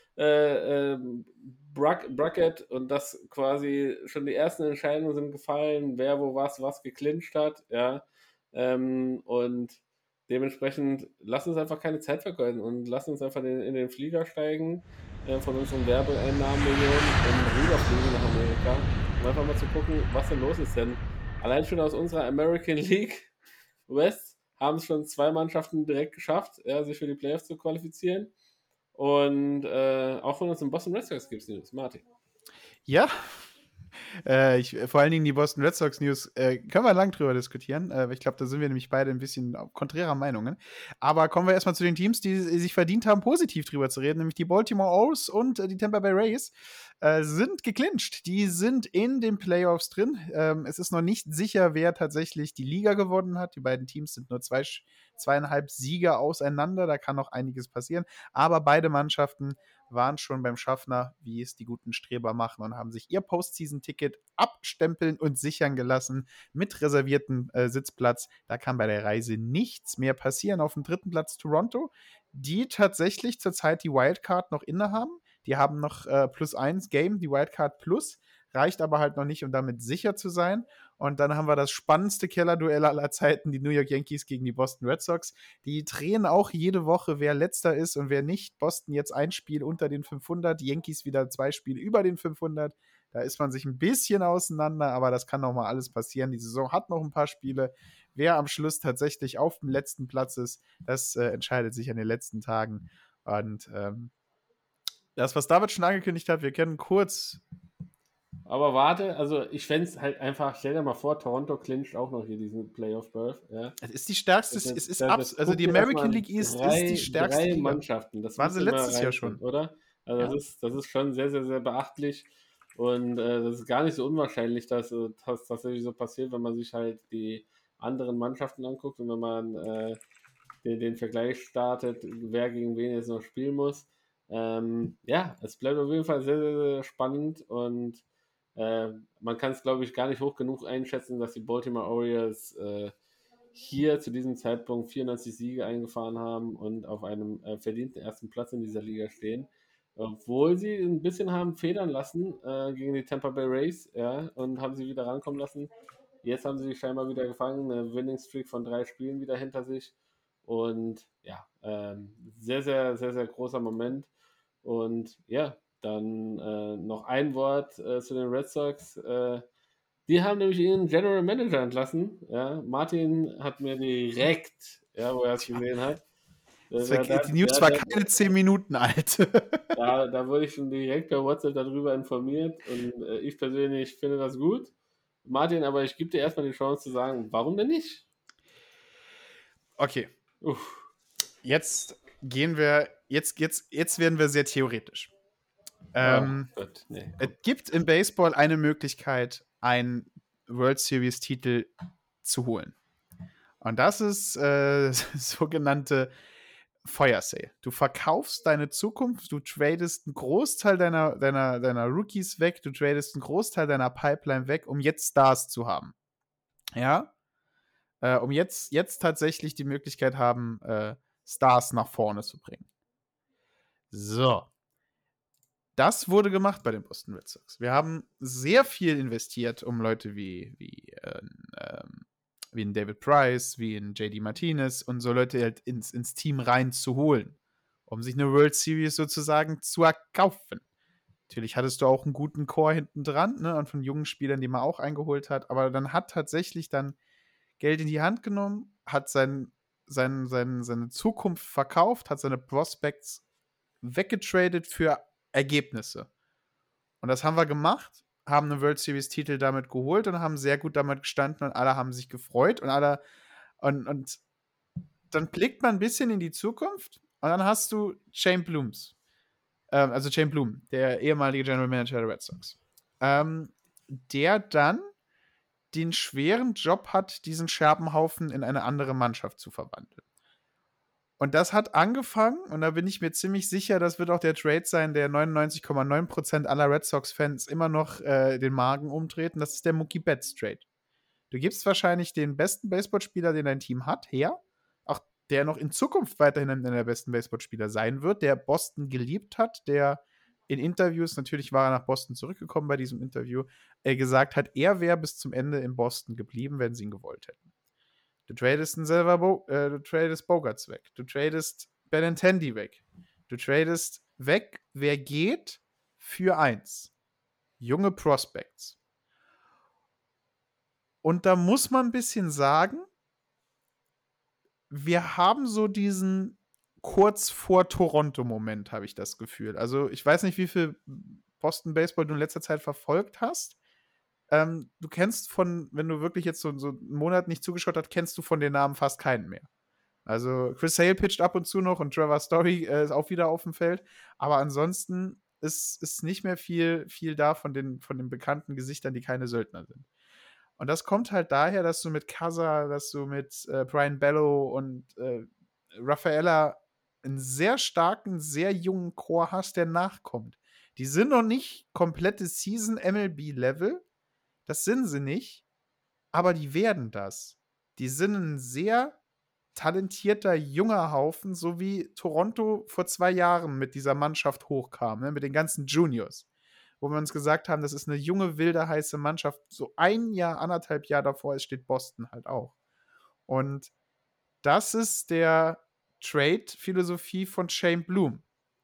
äh, ähm, Brack- Bracket und das quasi schon die ersten Entscheidungen sind gefallen, wer wo was was geclincht hat, ja. Ähm, und dementsprechend lass uns einfach keine Zeit vergeuden und lass uns einfach in, in den Flieger steigen äh, von unseren Werbeeinnahmenmillionen und rüberfliegen nach Amerika, um einfach mal zu gucken, was denn los ist. Denn allein schon aus unserer American League West haben es schon zwei Mannschaften direkt geschafft, ja, sich für die Playoffs zu qualifizieren. Und äh, auch von uns im Boston Red Sox gibt es News. Martin. Ja, äh, ich, vor allen Dingen die Boston Red Sox News äh, können wir lang drüber diskutieren. Äh, ich glaube, da sind wir nämlich beide ein bisschen konträrer Meinungen. Aber kommen wir erstmal zu den Teams, die sich verdient haben, positiv drüber zu reden, nämlich die Baltimore Orioles und äh, die Tampa Bay Rays äh, sind geclincht. Die sind in den Playoffs drin. Ähm, es ist noch nicht sicher, wer tatsächlich die Liga gewonnen hat. Die beiden Teams sind nur zwei, zweieinhalb Siege auseinander. Da kann noch einiges passieren. Aber beide Mannschaften waren schon beim Schaffner, wie es die guten Streber machen, und haben sich ihr Postseason-Ticket abstempeln und sichern gelassen mit reserviertem äh, Sitzplatz. Da kann bei der Reise nichts mehr passieren. Auf dem dritten Platz Toronto, die tatsächlich zurzeit die Wildcard noch innehaben. Die haben noch äh, plus eins Game, die Wildcard plus, reicht aber halt noch nicht, um damit sicher zu sein. Und dann haben wir das spannendste Kellerduell aller Zeiten, die New York Yankees gegen die Boston Red Sox. Die drehen auch jede Woche, wer letzter ist und wer nicht. Boston jetzt ein Spiel unter den fünfhundert, die Yankees wieder zwei Spiele über den fünfhundert. Da ist man sich ein bisschen auseinander, aber das kann noch mal alles passieren. Die Saison hat noch ein paar Spiele. Wer am Schluss tatsächlich auf dem letzten Platz ist, das äh, entscheidet sich an den letzten Tagen. Und ähm, das, was David schon angekündigt hat, wir können kurz. Aber warte, also ich fände es halt einfach, stell dir mal vor, Toronto clincht auch noch hier diesen Playoff-Berth. Ja. Es ist die stärkste, Das, es ist das, abs- das also guck die dir das American mal League East drei, ist die stärkste drei Liga. Mannschaften. Das Waren sie musst du mal letztes Jahr reinziehen, schon. oder? Also Ja. das, ist, das ist schon sehr, sehr, sehr beachtlich. Und äh, das ist gar nicht so unwahrscheinlich, dass äh, das tatsächlich so passiert, wenn man sich halt die anderen Mannschaften anguckt und wenn man äh, den, den Vergleich startet, wer gegen wen jetzt noch spielen muss. Ähm, ja, es bleibt auf jeden Fall sehr, sehr, sehr spannend und äh, man kann es, glaube ich, gar nicht hoch genug einschätzen, dass die Baltimore Orioles äh, hier zu diesem Zeitpunkt vierundneunzig Siege eingefahren haben und auf einem äh, verdienten ersten Platz in dieser Liga stehen. Obwohl sie ein bisschen haben federn lassen äh, gegen die Tampa Bay Rays, ja, und haben sie wieder rankommen lassen. Jetzt haben sie sich scheinbar wieder gefangen, eine Winning Streak von drei Spielen wieder hinter sich. Und ja, ähm, sehr, sehr, sehr, sehr großer Moment. Und ja, dann äh, noch ein Wort äh, zu den Red Sox. Äh, die haben nämlich ihren General Manager entlassen. Ja. Martin hat mir direkt, ja, wo er es gesehen hat. Das äh, war, da- die News da- war da- keine zehn Minuten alt. Da, da wurde ich schon direkt per WhatsApp darüber informiert und äh, ich persönlich finde das gut. Martin, aber ich gebe dir erstmal die Chance zu sagen, warum denn nicht? Okay, Uff. jetzt gehen wir, jetzt, jetzt, jetzt werden wir sehr theoretisch. Ähm, oh Gott, nee. Es gibt im Baseball eine Möglichkeit, einen World Series-Titel zu holen. Und das ist äh, sogenannte Fire Sale. Du verkaufst deine Zukunft, du tradest einen Großteil deiner, deiner, deiner Rookies weg, du tradest einen Großteil deiner Pipeline weg, um jetzt Stars zu haben. Ja? Äh, um jetzt, jetzt tatsächlich die Möglichkeit haben, äh, Stars nach vorne zu bringen. So. Das wurde gemacht bei den Boston Red Sox. Wir haben sehr viel investiert, um Leute wie, wie, äh, ähm, wie in David Price, wie in J D Martinez und so Leute halt ins, ins Team reinzuholen, um sich eine World Series sozusagen zu erkaufen. Natürlich hattest du auch einen guten Core hinten dran, ne, und von jungen Spielern, die man auch eingeholt hat, aber dann hat tatsächlich dann Geld in die Hand genommen, hat sein, sein, sein, seine Zukunft verkauft, hat seine Prospects weggetradet für Ergebnisse. Und das haben wir gemacht, haben einen World Series-Titel damit geholt und haben sehr gut damit gestanden und alle haben sich gefreut und alle und, und dann blickt man ein bisschen in die Zukunft und dann hast du Shane Blooms, ähm, also Shane Bloom, der ehemalige General Manager der Red Sox, ähm, der dann den schweren Job hat, diesen Scherbenhaufen in eine andere Mannschaft zu verwandeln. Und das hat angefangen, und da bin ich mir ziemlich sicher, das wird auch der Trade sein, der neunundneunzig Komma neun Prozent aller Red Sox-Fans immer noch äh, den Magen umdreht, und das ist der Mookie Betts Trade. Du gibst wahrscheinlich den besten Baseballspieler, den dein Team hat, her, auch der noch in Zukunft weiterhin einer der besten Baseballspieler sein wird, der Boston geliebt hat, der in Interviews, natürlich war er nach Boston zurückgekommen bei diesem Interview, er gesagt hat, er wäre bis zum Ende in Boston geblieben, wenn sie ihn gewollt hätten. Du tradest einen selber Bo- äh, du tradest Bogarts weg, du tradest Benintendi weg, du tradest weg, wer geht, für eins. Junge Prospects. Und da muss man ein bisschen sagen, wir haben so diesen kurz vor Toronto-Moment, habe ich das Gefühl. Also ich weiß nicht, wie viel Boston Baseball du in letzter Zeit verfolgt hast. Ähm, du kennst von, wenn du wirklich jetzt so, so einen Monat nicht zugeschaut hast, kennst du von den Namen fast keinen mehr. Also Chris Sale pitcht ab und zu noch und Trevor Story äh, ist auch wieder auf dem Feld. Aber ansonsten ist, ist nicht mehr viel, viel da von den, von den bekannten Gesichtern, die keine Söldner sind. Und das kommt halt daher, dass du mit Kaza, dass du mit äh, Brian Bello und äh, Rafaela einen sehr starken, sehr jungen Chor hast, der nachkommt. Die sind noch nicht komplette Season-M L B-Level. Das sind sie nicht. Aber die werden das. Die sind ein sehr talentierter, junger Haufen, so wie Toronto vor zwei Jahren mit dieser Mannschaft hochkam, ne, mit den ganzen Juniors. Wo wir uns gesagt haben, das ist eine junge, wilde, heiße Mannschaft. So ein Jahr, anderthalb Jahr davor steht Boston halt auch. Und das ist der Trade-Philosophie von Shane Bloom.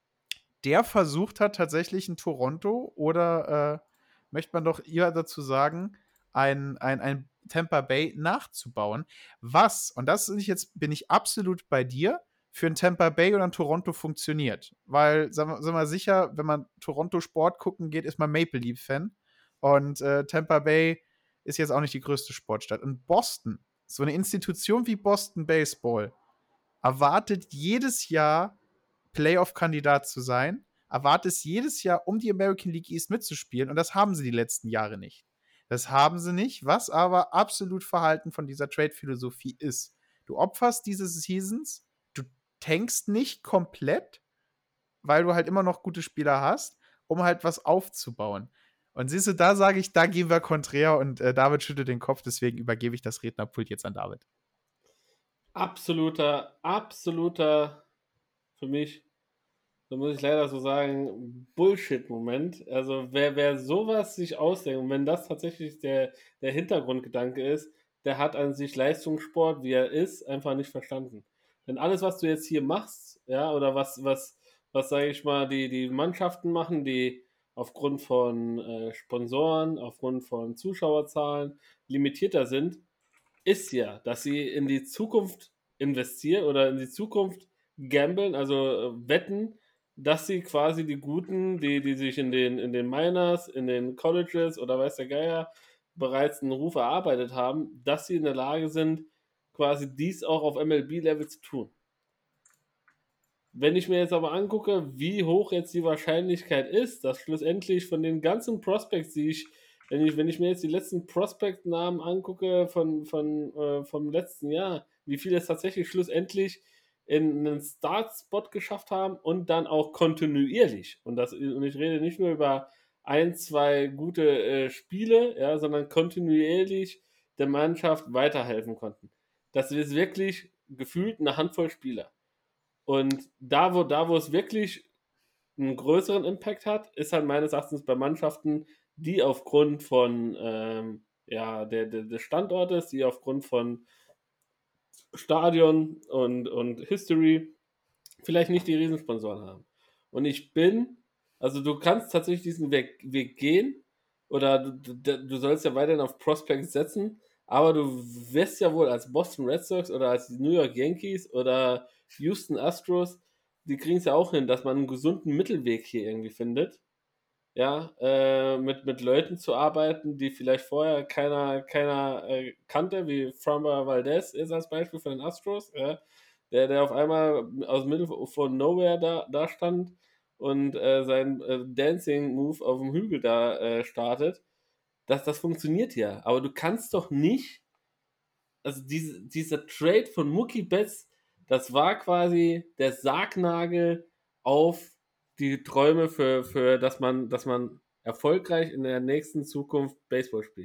Der versucht hat, tatsächlich in Toronto oder, äh, möchte man doch eher dazu sagen, ein, ein, ein Tampa Bay nachzubauen. Was, und das ist jetzt, bin ich absolut bei dir, für ein Tampa Bay oder ein Toronto funktioniert. Weil, sagen wir, sind wir sicher, wenn man Toronto Sport gucken geht, ist man Maple Leaf-Fan. Und äh, Tampa Bay ist jetzt auch nicht die größte Sportstadt. Und Boston, so eine Institution wie Boston Baseball, erwartet jedes Jahr, Playoff-Kandidat zu sein, erwartet es jedes Jahr, um die American League East mitzuspielen. Und das haben sie die letzten Jahre nicht. Das haben sie nicht, was aber absolut Verhalten von dieser Trade-Philosophie ist. Du opferst diese Seasons, du tankst nicht komplett, weil du halt immer noch gute Spieler hast, um halt was aufzubauen. Und siehst du, da sage ich, da gehen wir konträr und äh, David schüttelt den Kopf, deswegen übergebe ich das Rednerpult jetzt an David. Absoluter, absoluter, für mich, da muss ich leider so sagen, Bullshit-Moment. Also wer, wer sowas sich ausdenkt und wenn das tatsächlich der, der Hintergrundgedanke ist, der hat an sich Leistungssport, wie er ist, einfach nicht verstanden. Denn alles, was du jetzt hier machst, ja, oder was, was, was sage ich mal, die, die Mannschaften machen, die aufgrund von äh, Sponsoren, aufgrund von Zuschauerzahlen limitierter sind, ist ja, dass sie in die Zukunft investieren oder in die Zukunft gamblen, also äh, wetten, dass sie quasi die Guten, die, die sich in den, in den Minors, in den Colleges oder weiß der Geier bereits einen Ruf erarbeitet haben, dass sie in der Lage sind, quasi dies auch auf M L B-Level zu tun. Wenn ich mir jetzt aber angucke, wie hoch jetzt die Wahrscheinlichkeit ist, dass schlussendlich von den ganzen Prospects, die ich, wenn ich, wenn ich mir jetzt die letzten Prospect-Namen angucke von, von, äh, vom letzten Jahr, wie viele es tatsächlich schlussendlich in einen Start-Spot geschafft haben und dann auch kontinuierlich. Und, das, und ich rede nicht nur über ein, zwei gute äh, Spiele, ja, sondern kontinuierlich der Mannschaft weiterhelfen konnten. Das ist wirklich gefühlt eine Handvoll Spieler. Und da wo, da, wo es wirklich einen größeren Impact hat, ist halt meines Erachtens bei Mannschaften, die aufgrund von ähm, ja, der, der, des Standortes, die aufgrund von Stadion und, und History vielleicht nicht die Riesensponsoren haben. Und ich bin, also du kannst tatsächlich diesen Weg, Weg gehen oder du, du, du sollst ja weiterhin auf Prospects setzen, aber du wirst ja wohl als Boston Red Sox oder als New York Yankees oder Houston Astros, die kriegen es ja auch hin, dass man einen gesunden Mittelweg hier irgendwie findet. Ja, äh, mit, mit Leuten zu arbeiten, die vielleicht vorher keiner, keiner äh, kannte, wie Framber Valdez ist als Beispiel von den Astros, ja, der, der auf einmal aus dem Mittel von Nowhere da, da stand und äh, seinen äh, Dancing-Move auf dem Hügel da äh, startet. Das, das funktioniert ja, aber du kannst doch nicht, also diese, dieser Trade von Mookie Betts, das war quasi der Sargnagel auf die Träume für, für dass man, dass man erfolgreich in der nächsten Zukunft Baseball spielt.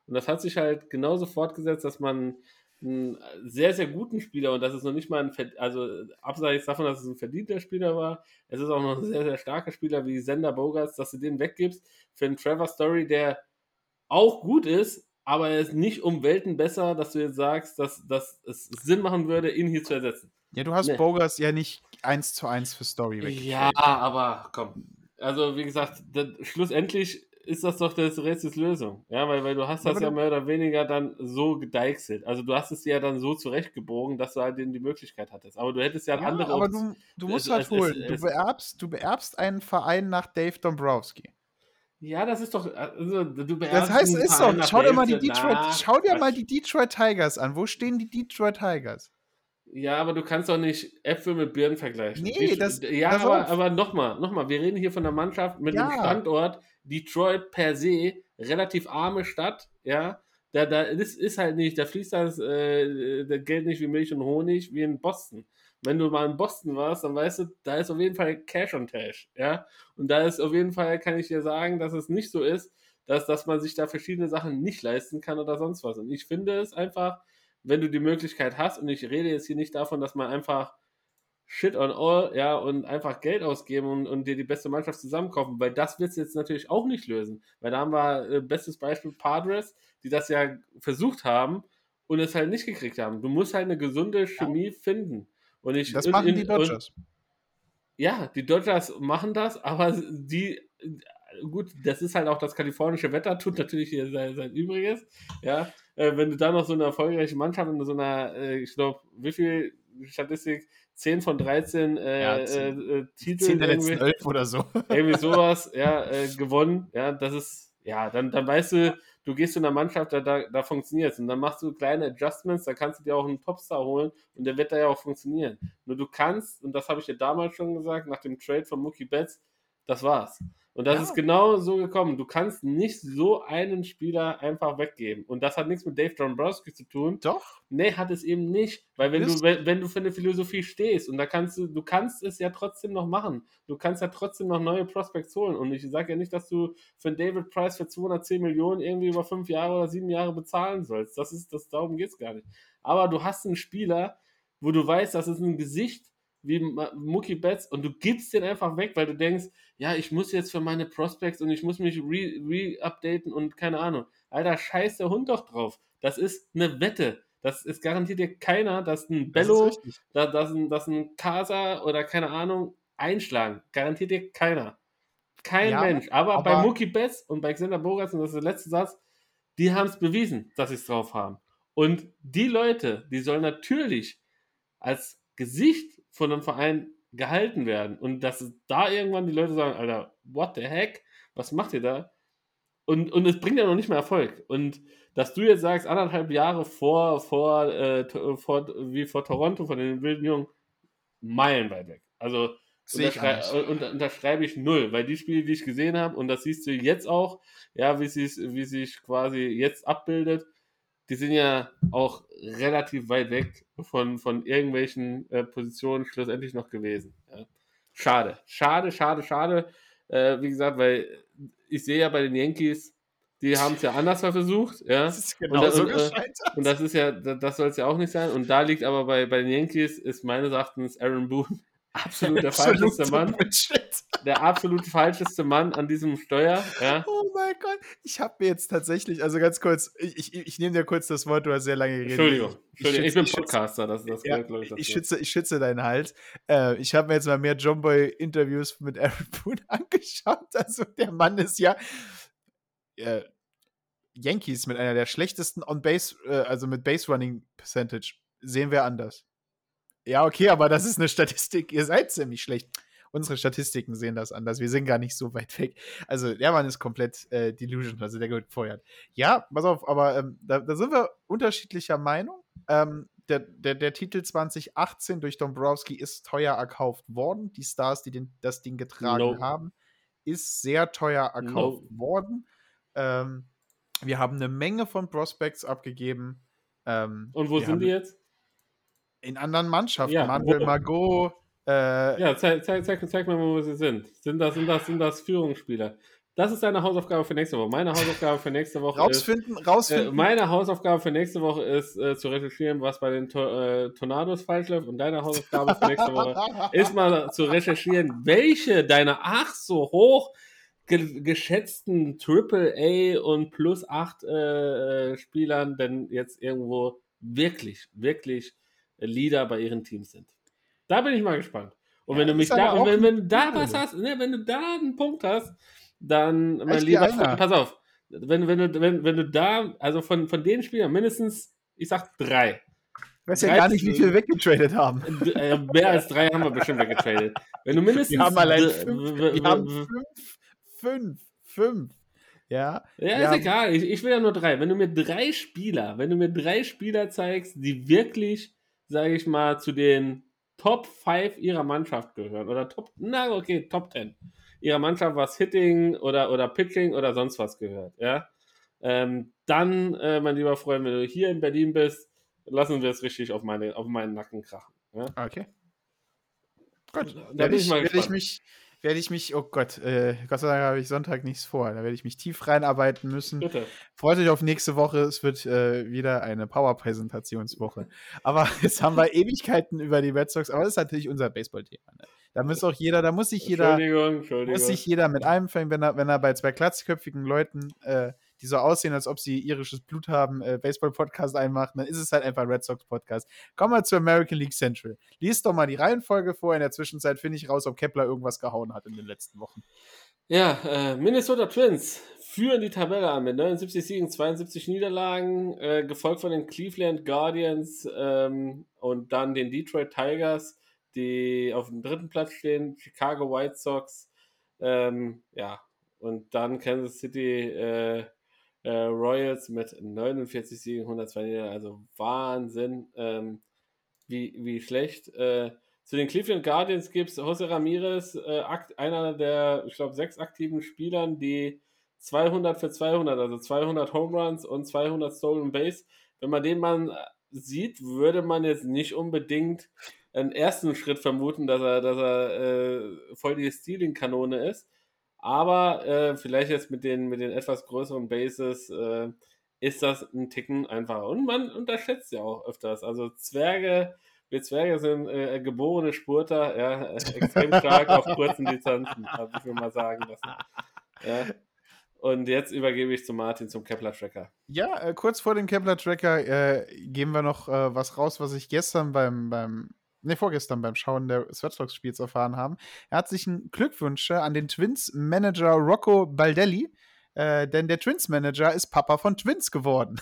Und das hat sich halt genauso fortgesetzt, dass man einen sehr, sehr guten Spieler, und das ist noch nicht mal ein, also abseits davon, dass es ein verdienter Spieler war, es ist auch noch ein sehr, sehr starker Spieler wie Xander Bogaerts, dass du den weggibst für einen Trevor Story, der auch gut ist, aber er ist nicht um Welten besser, dass du jetzt sagst, dass, dass es Sinn machen würde, ihn hier zu ersetzen. Ja, du hast Nee. Bogaerts ja nicht eins zu eins für Story weggetradet. Ja, aber komm. Also, wie gesagt, das, schlussendlich ist das doch das Rätsels Lösung. Ja, weil, weil du hast das Aber ja du- mehr oder weniger dann so gedeichselt. Also, du hast es dir ja dann so zurechtgebogen, dass du halt eben die Möglichkeit hattest. Aber du hättest ja, Ja, andere aber Optionen. du, du musst es- halt es- holen. es- Du es- beerbst, du beerbst einen Verein nach Dave Dombrowski. Ja, das ist doch. Also, du Das heißt, ist doch, schau dir mal die Detroit, Na, schau dir mal Quatsch. die Detroit Tigers an. Wo stehen die Detroit Tigers? Ja, aber du kannst doch nicht Äpfel mit Birnen vergleichen. Nee, Die- das- ja, pass aber, auf. aber nochmal, nochmal, wir reden hier von einer Mannschaft mit Ja. einem Standort, Detroit per se, relativ arme Stadt, ja. Da, da ist, ist halt nicht, da fließt das, äh, das Geld nicht wie Milch und Honig, wie in Boston. Wenn du mal in Boston warst, dann weißt du, da ist auf jeden Fall Cash on Cash, ja. Und da ist auf jeden Fall, kann ich dir sagen, dass es nicht so ist, dass, dass man sich da verschiedene Sachen nicht leisten kann oder sonst was. Und ich finde es einfach, wenn du die Möglichkeit hast, und ich rede jetzt hier nicht davon, dass man einfach Shit on all, ja, und einfach Geld ausgeben und, und dir die beste Mannschaft zusammenkaufen, weil das wird es jetzt natürlich auch nicht lösen. Weil da haben wir äh, bestes Beispiel Padres, die das ja versucht haben und es halt nicht gekriegt haben. Du musst halt eine gesunde Chemie finden. Und ich, Das und- machen in- die Dodgers. Und, ja, die Dodgers machen das, aber die, gut, das ist halt auch das kalifornische Wetter, tut natürlich hier sein, sein Übriges, ja, äh, wenn du da noch so eine erfolgreiche Mannschaft in so einer, äh, ich glaube, wie viel Statistik, zehn von dreizehn äh, Ja, zehn. äh, äh, Titel, Zehn der letzten irgendwie, elf oder so. irgendwie sowas, ja, äh, gewonnen, ja, das ist, ja, dann, dann weißt du, du gehst zu einer Mannschaft, da, da, da funktioniert es und dann machst du kleine Adjustments, da kannst du dir auch einen Topstar holen und der wird da ja auch funktionieren. Nur du kannst, und das habe ich dir damals schon gesagt, nach dem Trade von Mookie Betts, das war's. Und das Ja. ist genau so gekommen. Du kannst nicht so einen Spieler einfach weggeben. Und das hat nichts mit Dave Dombrowski zu tun. Doch. Nee, hat es eben nicht. Weil wenn Bist- du, wenn, wenn du für eine Philosophie stehst und da kannst du, du kannst es ja trotzdem noch machen. Du kannst ja trotzdem noch neue Prospects holen. Und ich sage ja nicht, dass du für einen David Price für zweihundertzehn Millionen irgendwie über fünf Jahre oder sieben Jahre bezahlen sollst. Das ist, das, darum geht's gar nicht. Aber du hast einen Spieler, wo du weißt, das ist ein Gesicht wie Ma- Mookie Betts und du gibst den einfach weg, weil du denkst, ja, ich muss jetzt für meine Prospects und ich muss mich re- re-updaten und keine Ahnung. Alter, scheiß der Hund doch drauf. Das ist eine Wette. Das ist garantiert dir keiner, dass ein Das ist Bello, richtig. da- dass ein, dass ein Casa oder keine Ahnung einschlagen. Garantiert dir keiner. Kein Ja, Mensch. Aber, aber- bei Mookie Betts und bei Xander Bogaerts, und das ist der letzte Satz, die haben es bewiesen, dass sie es drauf haben. Und die Leute, die sollen natürlich als Gesicht von einem Verein gehalten werden. Und dass da irgendwann die Leute sagen, Alter, what the heck? Was macht ihr da? Und, und es bringt ja noch nicht mehr Erfolg. Und dass du jetzt sagst, anderthalb Jahre vor, vor, äh, to- vor wie vor Toronto von den wilden Jungen, meilenweit weg. Also Sehe ich unterschrei anders. unter, unterschreibe ich null, weil die Spiele, die ich gesehen habe, und das siehst du jetzt auch, ja, wie sich wie sich quasi jetzt abbildet, die sind ja auch relativ weit weg von, von irgendwelchen äh, Positionen schlussendlich noch gewesen. Ja. Schade, schade, schade, schade. Äh, wie gesagt, weil ich sehe ja bei den Yankees, die haben es ja anders versucht. Ja. Das ist Und genau da- so und, äh, gescheitert. Und das ist ja, da- das soll es ja auch nicht sein. Und da liegt aber bei, bei den Yankees, ist meines Erachtens Aaron Boone absolut der falscheste Mann. Bullshit. Der absolut falscheste Mann an diesem Steuer. Ja. Oh mein Gott. Ich habe mir jetzt tatsächlich, also ganz kurz, ich, ich, ich nehme dir kurz das Wort, du hast sehr lange geredet. Entschuldigung, Entschuldigung, ich bin schütze- Podcaster, das, das Ja, gehört, glaube ich, dazu. ich, schütze, ich schütze deinen Hals. Äh, ich habe mir jetzt mal mehr Jomboy-Interviews mit Aaron Boone angeschaut. Also der Mann ist ja äh, Yankees mit einer der schlechtesten On-Base, äh, also mit Base-Running-Percentage, sehen wir anders. Ja, okay, aber das ist eine Statistik. Ihr seid ziemlich schlecht. Unsere Statistiken sehen das anders. Wir sind gar nicht so weit weg. Also, der Mann ist komplett äh, delusion, also der wird gefeuert. Ja, pass auf, aber ähm, da, da sind wir unterschiedlicher Meinung. Ähm, der, der, der Titel zwanzig achtzehn durch Dombrowski ist teuer erkauft worden. Die Stars, die den, das Ding getragen No. haben, ist sehr teuer erkauft No. worden. Ähm, wir haben eine Menge von Prospects abgegeben. Ähm, Und wo wir sind haben die jetzt? in anderen Mannschaften. Ja, Manuel wo? Margot, äh, Ja, zeig, zeig, zeig, zeig mir mal, wo sie sind. Sind das, sind das, sind das Führungsspieler? Das ist deine Hausaufgabe für nächste Woche. Meine Hausaufgabe für nächste Woche Rausfinden, ist... rausfinden. Äh, meine Hausaufgabe für nächste Woche ist, äh, zu recherchieren, was bei den to- äh, Tornados falsch läuft. Und deine Hausaufgabe für nächste Woche ist mal zu recherchieren, welche deiner ach so hoch ge- geschätzten Triple A und Plus acht äh, Spielern denn jetzt irgendwo wirklich, wirklich Leader bei ihren Teams sind. Da bin ich mal gespannt. Und Ja, wenn du mich ist aber da, und auch wenn, ein wenn du da Titel. was hast, ne, wenn du da einen Punkt hast, dann, mein Reicht dir lieber einer? Freund, pass auf, wenn, wenn, du, wenn, wenn du da, also von, von den Spielern mindestens, ich sag drei. Ich weiß ja drei- gar nicht, wie viel weggetradet haben. D- äh, mehr als drei haben wir bestimmt weggetradet. Wenn du mindestens. Wir haben allein d- fünf. w- w- Wir haben w- fünf. Fünf. Fünf. Ja. Ja, wir ist haben- egal. Ich, ich will ja nur drei. Wenn du mir drei Spieler, wenn du mir drei Spieler zeigst, die wirklich, sage ich mal, zu den Top fünf ihrer Mannschaft gehören oder Top, na okay, Top zehn ihrer Mannschaft, was Hitting oder, oder Pitching oder sonst was gehört, ja, ähm, dann, äh, mein lieber Freund, wenn du hier in Berlin bist, lassen wir es richtig auf, meine, auf meinen Nacken krachen. Ja? Okay. Gut. Da Werde bin ich, ich mal werde ich gespannt. mich, werde ich mich, oh Gott, äh, Gott sei Dank habe ich Sonntag nichts vor. Da werde ich mich tief reinarbeiten müssen. Bitte. Freut euch auf nächste Woche. Es wird äh, wieder eine Power-Präsentationswoche. Aber jetzt haben wir Ewigkeiten über die Red Sox. Aber das ist natürlich unser Baseball-Thema. Ne? Da muss auch jeder, da muss sich jeder, Entschuldigung, Entschuldigung. muss sich jeder mit einfangen, wenn er, wenn er bei zwei glatzköpfigen Leuten, äh, die so aussehen, als ob sie irisches Blut haben, äh, Baseball-Podcast einmacht, dann ist es halt einfach ein Red Sox-Podcast. Kommen wir zu American League Central. Lies doch mal die Reihenfolge vor. In der Zwischenzeit finde ich raus, ob Kepler irgendwas gehauen hat in den letzten Wochen. Ja, äh, Minnesota Twins führen die Tabelle an mit neunundsiebzig Siegen, zweiundsiebzig Niederlagen, äh, gefolgt von den Cleveland Guardians ähm, und dann den Detroit Tigers, die auf dem dritten Platz stehen, Chicago White Sox, ähm, ja, und dann Kansas City äh, äh, Royals mit neunundvierzig Siegen, hundertzwei Niederlagen, also Wahnsinn, ähm, wie, wie schlecht. Äh, zu den Cleveland Guardians gibt es Jose Ramirez, äh, akt, einer der, ich glaube, sechs aktiven Spielern, die zweihundert für zweihundert, also zweihundert Home Runs und zweihundert Stolen Base. Wenn man den Mann sieht, würde man jetzt nicht unbedingt einen ersten Schritt vermuten, dass er, dass er äh, voll die Stealing-Kanone ist. Aber äh, vielleicht jetzt mit den, mit den etwas größeren Bases äh, ist das ein Ticken einfacher. Und man unterschätzt ja auch öfters. Also Zwerge, wir Zwerge sind äh, geborene Spurter, ja, äh, extrem stark auf kurzen Distanzen, habe ich mir mal sagen lassen. Ja. Und jetzt übergebe ich zu Martin zum Kepler-Tracker. Ja, äh, kurz vor dem Kepler-Tracker äh, geben wir noch äh, was raus, was ich gestern beim, beim ne, vorgestern beim Schauen des Red Sox-Spiels erfahren haben. Herzlichen Glückwunsch an den Twins-Manager Rocco Baldelli, äh, denn der Twins-Manager ist Papa von Twins geworden.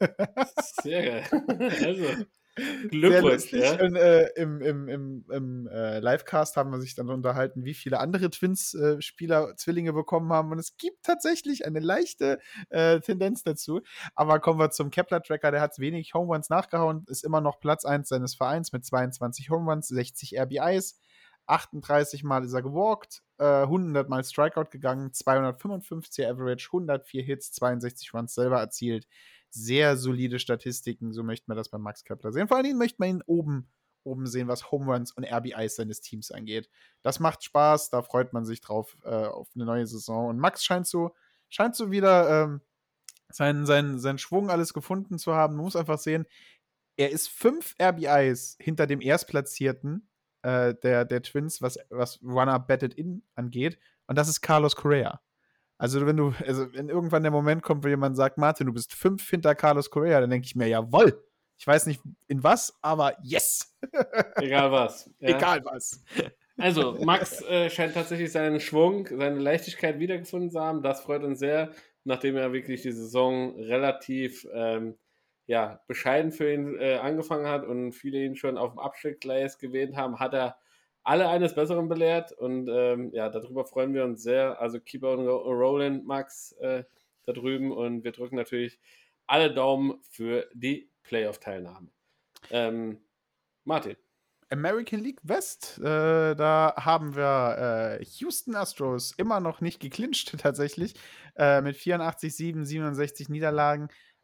Sehr geil. Also, Glückwunsch. Ja? Und äh, im, im, im, im äh, Livecast haben wir sich dann unterhalten, wie viele andere Twins-Spieler äh, Zwillinge bekommen haben. Und es gibt tatsächlich eine leichte äh, Tendenz dazu. Aber kommen wir zum Kepler-Tracker. Der hat wenig Home Runs nachgehauen, ist immer noch Platz eins seines Vereins mit zweiundzwanzig Home Runs, sechzig R B Is. achtunddreißig Mal ist er gewalkt, äh, hundert Mal Strikeout gegangen, zweihundertfünfundfünfzig Average, hundertvier Hits, zweiundsechzig Runs selber erzielt. Sehr solide Statistiken, so möchten wir das bei Max Kepler sehen. Vor allen Dingen möchte man ihn oben, oben sehen, was Home Runs und R B Is seines Teams angeht. Das macht Spaß, da freut man sich drauf äh, auf eine neue Saison. Und Max scheint so, scheint so wieder ähm, seinen, seinen, seinen Schwung alles gefunden zu haben. Man muss einfach sehen, er ist fünf R B Is hinter dem Erstplatzierten äh, der, der Twins, was, was Runner Batted In angeht. Und das ist Carlos Correa. Also, wenn du, also wenn irgendwann der Moment kommt, wo jemand sagt, Martin, du bist fünf hinter Carlos Correa, dann denke ich mir, jawohl. Ich weiß nicht in was, aber yes. Egal was. Ja. Egal was. Also, Max äh, scheint tatsächlich seinen Schwung, seine Leichtigkeit wiedergefunden zu haben. Das freut uns sehr, nachdem er wirklich die Saison relativ ähm, ja, bescheiden für ihn äh, angefangen hat und viele ihn schon auf dem Abstiegskreis gewählt haben, hat er alle eines Besseren belehrt und ähm, ja, darüber freuen wir uns sehr. Also keep on rolling, Max, äh, da drüben, und wir drücken natürlich alle Daumen für die Playoff-Teilnahme. Ähm, Martin. American League West, äh, da haben wir äh, Houston Astros immer noch nicht geclincht tatsächlich, äh, mit vierundachtzig Siegen, siebenundsechzig Niederlagen.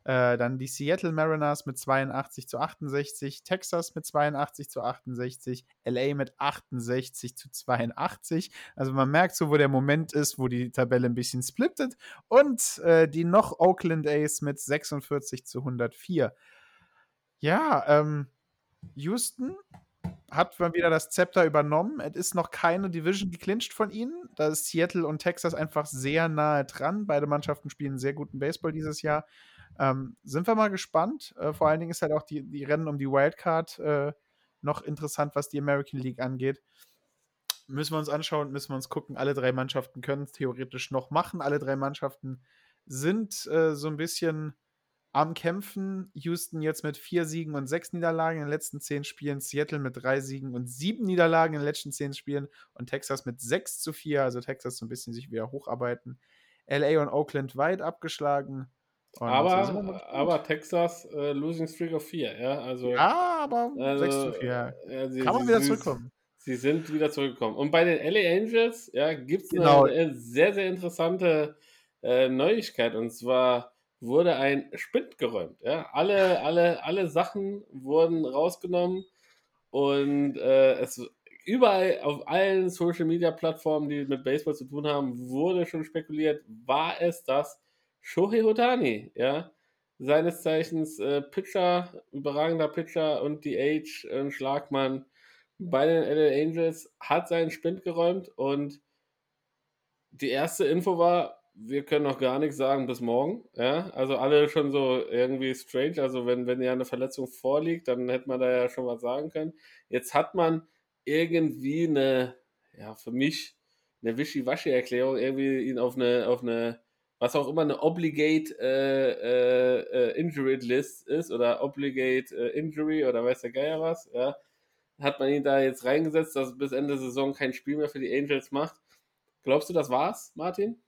Äh, dann die Seattle Mariners mit zweiundachtzig zu achtundsechzig, Texas mit zweiundachtzig zu achtundsechzig, L A mit achtundsechzig zu zweiundachtzig. Also man merkt so, wo der Moment ist, wo die Tabelle ein bisschen splittet. Und äh, die noch Oakland A's mit sechsundvierzig zu hundertvier. Ja, ähm, Houston hat mal wieder das Zepter übernommen. Es ist noch keine Division geclincht von ihnen. Da ist Seattle und Texas einfach sehr nahe dran. Beide Mannschaften spielen sehr guten Baseball dieses Jahr. Ähm, sind wir mal gespannt. Äh, vor allen Dingen ist halt auch die, die Rennen um die Wildcard äh, noch interessant, was die American League angeht. Müssen wir uns anschauen, müssen wir uns gucken. Alle drei Mannschaften können es theoretisch noch machen. Alle drei Mannschaften sind äh, so ein bisschen am Kämpfen. Houston jetzt mit vier Siegen und sechs Niederlagen in den letzten zehn Spielen. Seattle mit drei Siegen und sieben Niederlagen in den letzten zehn Spielen. Und Texas mit sechs zu vier. Also Texas so ein bisschen sich wieder hocharbeiten. L A und Oakland weit abgeschlagen. Und aber, aber Texas äh, Losing Streak of vier, ja. Also, ja, aber also, sechs zu vier. Ja, sie, Kann man sie, wieder sie, zurückkommen. Sie sind wieder zurückgekommen. Und bei den L A Angels ja, gibt es Genau. eine, eine sehr, sehr interessante äh, Neuigkeit. Und zwar wurde ein Spind geräumt. Ja? Alle, alle, alle Sachen wurden rausgenommen und äh, es überall auf allen Social Media Plattformen, die mit Baseball zu tun haben, wurde schon spekuliert, war es das Shohei Ohtani, ja, seines Zeichens äh, Pitcher, überragender Pitcher und die Age äh, Schlagmann bei den L A Angels, hat seinen Spind geräumt und die erste Info war, wir können noch gar nichts sagen bis morgen, ja, also alle schon so irgendwie strange, also wenn, wenn ja eine Verletzung vorliegt, dann hätte man da ja schon was sagen können. Jetzt hat man irgendwie eine, ja, für mich eine Wischiwaschi-Erklärung, irgendwie ihn auf eine, auf eine, was auch immer eine Obligate äh, äh, äh, Injury List ist oder Obligate äh, Injury oder weiß der Geier was, ja, hat man ihn da jetzt reingesetzt, dass bis Ende der Saison kein Spiel mehr für die Angels macht. Glaubst du, das war's, Martin?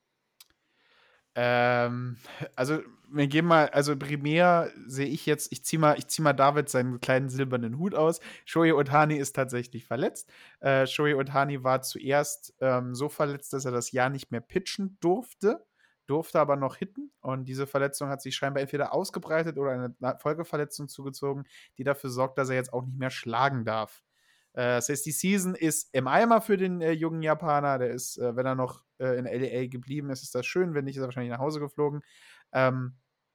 Ähm, also, wir gehen mal, also primär sehe ich jetzt, ich ziehe mal, ich zieh mal David seinen kleinen silbernen Hut aus. Shohei Ohtani ist tatsächlich verletzt. Äh, Shohei Ohtani war zuerst ähm, so verletzt, dass er das Jahr nicht mehr pitchen durfte, durfte aber noch hitten. Und diese Verletzung hat sich scheinbar entweder ausgebreitet oder eine Folgeverletzung zugezogen, die dafür sorgt, dass er jetzt auch nicht mehr schlagen darf. Das heißt, die Season ist im Eimer für den äh, jungen Japaner. Der ist, äh, wenn er noch äh, in L A geblieben ist, ist das schön. Wenn nicht, ist er wahrscheinlich nach Hause geflogen. Ähm,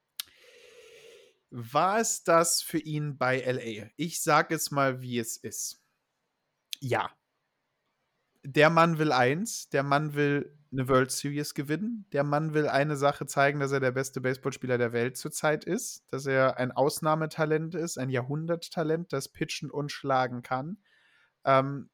war es das für ihn bei L A? Ich sage es mal, wie es ist. Ja. Der Mann will eins. Der Mann will eine World Series gewinnen. Der Mann will eine Sache zeigen, dass er der beste Baseballspieler der Welt zurzeit ist. Dass er ein Ausnahmetalent ist, ein Jahrhunderttalent, das pitchen und schlagen kann. Ähm,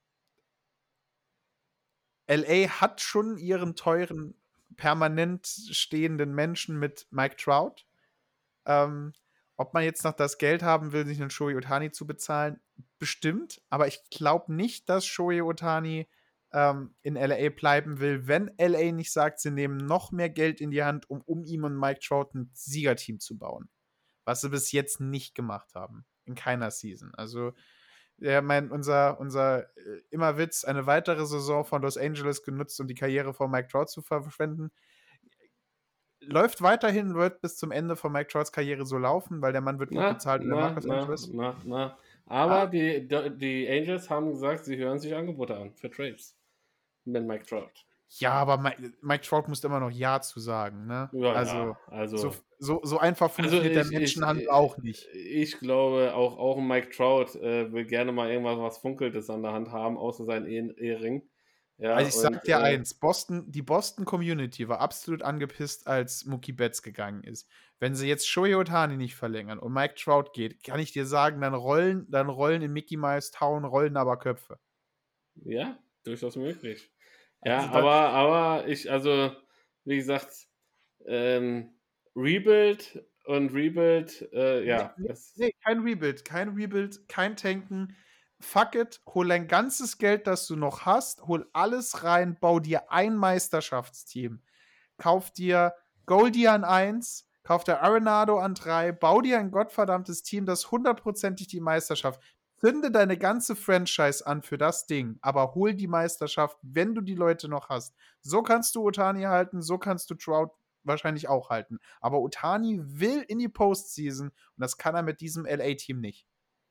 L A hat schon ihren teuren, permanent stehenden Menschen mit Mike Trout. Ähm, ob man jetzt noch das Geld haben will, sich einen Shohei Ohtani zu bezahlen, bestimmt. Aber ich glaube nicht, dass Shohei Ohtani ähm, in L A bleiben will, wenn L A nicht sagt, sie nehmen noch mehr Geld in die Hand, um um ihm und Mike Trout ein Siegerteam zu bauen. Was sie bis jetzt nicht gemacht haben. In keiner Season. Also Ja, mein, unser, unser äh, immer Witz, eine weitere Saison von Los Angeles genutzt, um die Karriere von Mike Trout zu verschwenden. Läuft weiterhin, wird bis zum Ende von Mike Trouts Karriere so laufen, weil der Mann wird gut Na, bezahlt und er na, mag Los na, Angeles. na, na. Aber Ah. die, die Angels haben gesagt, sie hören sich Angebote an für Trades mit Mike Trout. Ja, aber Mike, Mike Trout muss immer noch Ja zu sagen, ne? Ja, also, ja, also so, so, so einfach funktioniert also ich, der Menschenhandel ich, auch nicht. Ich glaube, auch, auch Mike Trout äh, will gerne mal irgendwas was Funkeltes an der Hand haben, außer seinen eh Ehering. Ja, also ich und, sag dir äh, eins, Boston, die Boston-Community war absolut angepisst, als Mookie Betts gegangen ist. Wenn sie jetzt Shohei Ohtani nicht verlängern und Mike Trout geht, kann ich dir sagen, dann rollen, dann rollen in Mickey Mouse Town, rollen aber Köpfe. Ja, durchaus möglich. Ja, Also aber, aber ich, also, wie gesagt, ähm, Rebuild und Rebuild, äh, ja. Nee, das, nee, kein Rebuild, kein Rebuild, kein Tanken. Fuck it, hol dein ganzes Geld, das du noch hast, hol alles rein, bau dir ein Meisterschaftsteam. Kauf dir Goldie an eins, kauf dir Arenado an drei, bau dir ein gottverdammtes Team, das hundertprozentig die Meisterschaft. Zünde deine ganze Franchise an für das Ding, aber hol die Meisterschaft, wenn du die Leute noch hast. So kannst du Ohtani halten, so kannst du Trout wahrscheinlich auch halten. Aber Ohtani will in die Postseason und das kann er mit diesem L A-Team nicht.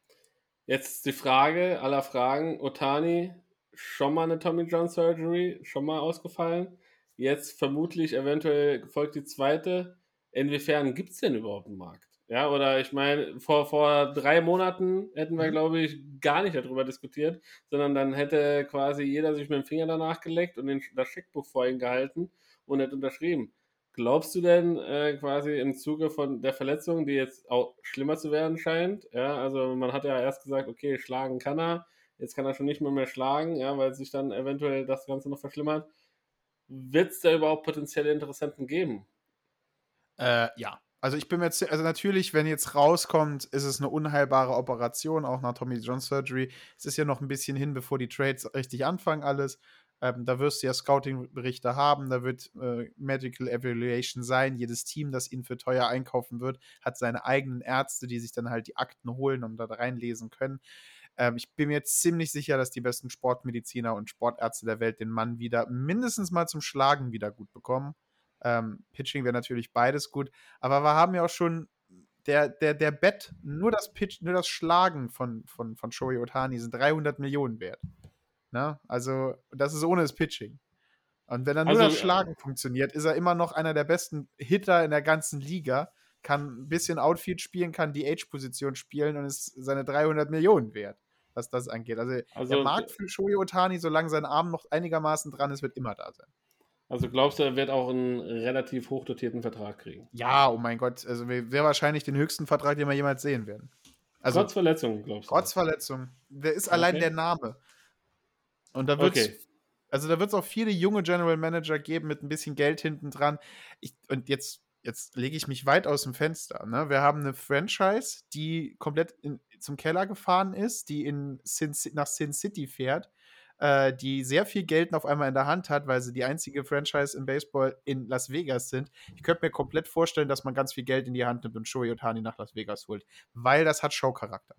Jetzt die Frage aller Fragen. Ohtani, schon mal eine Tommy John Surgery, schon mal ausgefallen. Jetzt vermutlich, eventuell folgt die zweite. Inwiefern gibt es denn überhaupt einen Markt? Ja, oder ich meine, vor, vor drei Monaten hätten wir, glaube ich, gar nicht darüber diskutiert, sondern dann hätte quasi jeder sich mit dem Finger danach geleckt und den, das Scheckbuch vor ihn gehalten und hätte unterschrieben. Glaubst du denn äh, quasi im Zuge von der Verletzung, die jetzt auch schlimmer zu werden scheint, ja, also man hat ja erst gesagt, okay, schlagen kann er, jetzt kann er schon nicht mehr mehr schlagen, ja, weil sich dann eventuell das Ganze noch verschlimmert. Wird es da überhaupt potenzielle Interessenten geben? Äh, ja. Also ich bin mir jetzt, also natürlich, wenn jetzt rauskommt, ist es eine unheilbare Operation, auch nach Tommy John Surgery. Es ist ja noch ein bisschen hin, bevor die Trades richtig anfangen alles. Ähm, da wirst du ja Scouting-Berichte haben, da wird äh, Medical Evaluation sein. Jedes Team, das ihn für teuer einkaufen wird, hat seine eigenen Ärzte, die sich dann halt die Akten holen und da reinlesen können. Ähm, ich bin mir jetzt ziemlich sicher, dass die besten Sportmediziner und Sportärzte der Welt den Mann wieder mindestens mal zum Schlagen wieder gut bekommen. Ähm, Pitching wäre natürlich beides gut, aber wir haben ja auch schon der, der, der Bet, nur das Pitch, nur das Schlagen von, von, von Shohei Ohtani sind dreihundert Millionen wert. Na? Also, das ist ohne das Pitching. Und wenn dann nur Also, das Schlagen äh, funktioniert, ist er immer noch einer der besten Hitter in der ganzen Liga, kann ein bisschen Outfield spielen, kann die H-Position spielen und ist seine dreihundert Millionen wert, was das angeht. Also, also der Markt für Shohei Ohtani, solange sein Arm noch einigermaßen dran ist, wird immer da sein. Also glaubst du, er wird auch einen relativ hochdotierten Vertrag kriegen? Ja, oh mein Gott, also wäre wahrscheinlich den höchsten Vertrag, den wir jemals sehen werden. Also, trotz Verletzung, glaubst du? Trotz Verletzung. Der ist allein Okay. der Name. Und da wird es Okay. also da wird es auch viele junge General Manager geben mit ein bisschen Geld hinten dran. Ich, und jetzt, jetzt lege ich mich weit aus dem Fenster. Ne? Wir haben eine Franchise, die komplett in, zum Keller gefahren ist, die in Sin, nach Sin City fährt, äh, die sehr viel Geld auf einmal in der Hand hat, weil sie die einzige Franchise im Baseball in Las Vegas sind. Ich könnte mir komplett vorstellen, dass man ganz viel Geld in die Hand nimmt und Shohei Ohtani nach Las Vegas holt, weil das hat Showcharakter.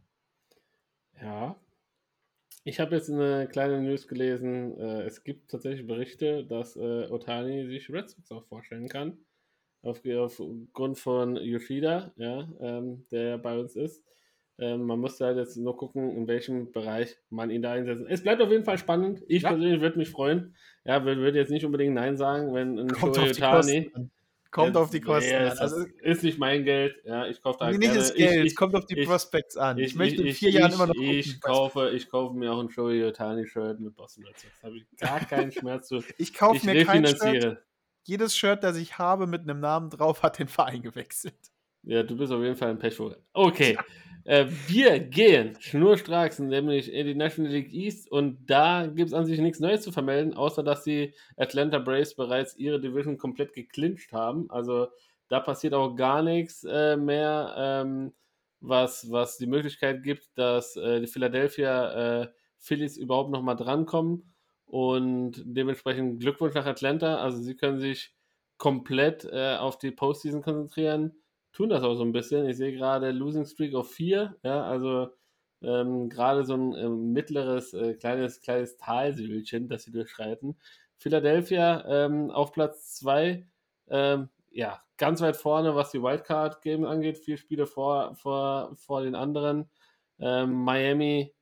Ja. Ich habe jetzt eine kleine News gelesen. Äh, es gibt tatsächlich Berichte, dass äh, Ohtani sich Red Sox auch vorstellen kann. Auf, aufgrund von Yoshida, ja, ähm, der bei uns ist. Ähm, man muss halt jetzt nur gucken, in welchem Bereich man ihn da einsetzen. Es bleibt auf jeden Fall spannend. Ich Ja. persönlich würde mich freuen. Ja, würde würd jetzt nicht unbedingt Nein sagen, wenn ein Kommt Shohei auf die Ohtani. Kosten an. Kommt auf die Kosten ja, an. Also, ist, ist nicht mein Geld. Ja, ich kaufe da nee, halt nicht gerne. das Geld, ich, es kommt auf die ich, Prospects an. Ich, Ich, möchte in ich, vier ich, Jahren immer noch ich, gucken. kaufe, ich kaufe mir auch ein Shohei Ohtani-Shirt mit Boston Red Sox. Da habe ich gar keinen Schmerz zu. Ich kaufe Ich mir kein Shirt. refinanziere. Jedes Shirt, das ich habe mit einem Namen drauf, hat den Verein gewechselt. Ja, du bist auf jeden Fall ein Pechvogel. Okay, äh, wir gehen schnurstracks nämlich in die National League East und da gibt es an sich nichts Neues zu vermelden, außer dass die Atlanta Braves bereits ihre Division komplett geclincht haben. Also da passiert auch gar nichts äh, mehr, ähm, was, was die Möglichkeit gibt, dass äh, die Philadelphia äh, Phillies überhaupt nochmal drankommen und dementsprechend Glückwunsch nach Atlanta. Also sie können sich komplett äh, auf die Postseason konzentrieren. Tun das auch so ein bisschen. Ich sehe gerade Losing Streak auf vier, ja, also ähm, gerade so ein ähm, mittleres, äh, kleines, kleines Talsügelchen, das sie durchschreiten. Philadelphia ähm, auf Platz zwei, ähm, ja, ganz weit vorne, was die Wildcard-Game angeht, vier Spiele vor, vor, vor den anderen. Ähm, Miami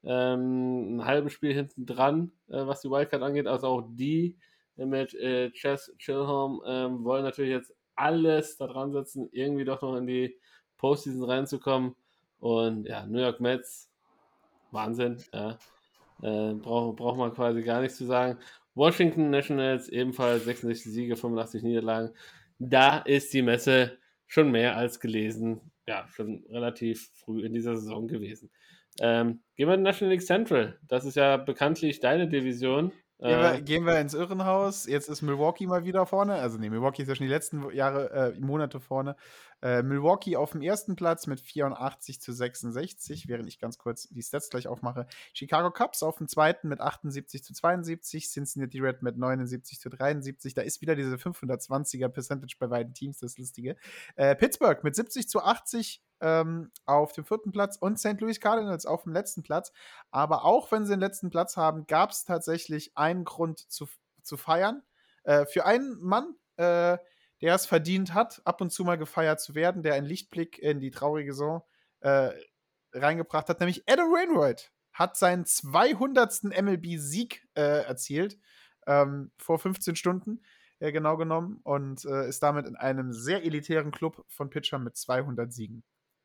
ähm, ein halbes Spiel hinten dran, äh, was die Wildcard angeht, also auch die äh, mit äh, Chess Chilholm ähm, wollen natürlich jetzt alles da dran setzen, irgendwie doch noch in die Postseason reinzukommen. Und ja, New York Mets, Wahnsinn, ja. Äh, braucht brauch man quasi gar nichts zu sagen. Washington Nationals, ebenfalls sechsundsechzig Siege, fünfundachtzig Niederlagen. Da ist die Messe schon mehr als gelesen. Ja, schon relativ früh in dieser Saison gewesen. Ähm, gehen wir in National League Central. Das ist ja bekanntlich deine Division. Gehen wir, Äh, gehen wir ins Irrenhaus. Jetzt ist Milwaukee mal wieder vorne. Also, nee, Milwaukee ist ja schon die letzten Jahre, äh, Monate vorne. Äh, Milwaukee auf dem ersten Platz mit vierundachtzig zu sechsundsechzig, während ich ganz kurz die Stats gleich aufmache. Chicago Cubs auf dem zweiten mit achtundsiebzig zu zweiundsiebzig. Cincinnati Red mit neunundsiebzig zu dreiundsiebzig. Da ist wieder diese fünfhundertzwanziger Percentage bei beiden Teams, das Lustige. Äh, Pittsburgh mit siebzig zu achtzig ähm, auf dem vierten Platz und Saint Louis Cardinals auf dem letzten Platz. Aber auch wenn sie den letzten Platz haben, gab es tatsächlich einen Grund zu, zu feiern. Äh, für einen Mann, äh, der es verdient hat, ab und zu mal gefeiert zu werden, der einen Lichtblick in die traurige Saison äh, reingebracht hat, nämlich Adam Wainwright hat seinen zweihundertsten M L B-Sieg äh, erzielt, ähm, vor fünfzehn Stunden, äh, genau genommen, und äh, ist damit in einem sehr elitären Club von Pitchern mit zweihundert Siegen.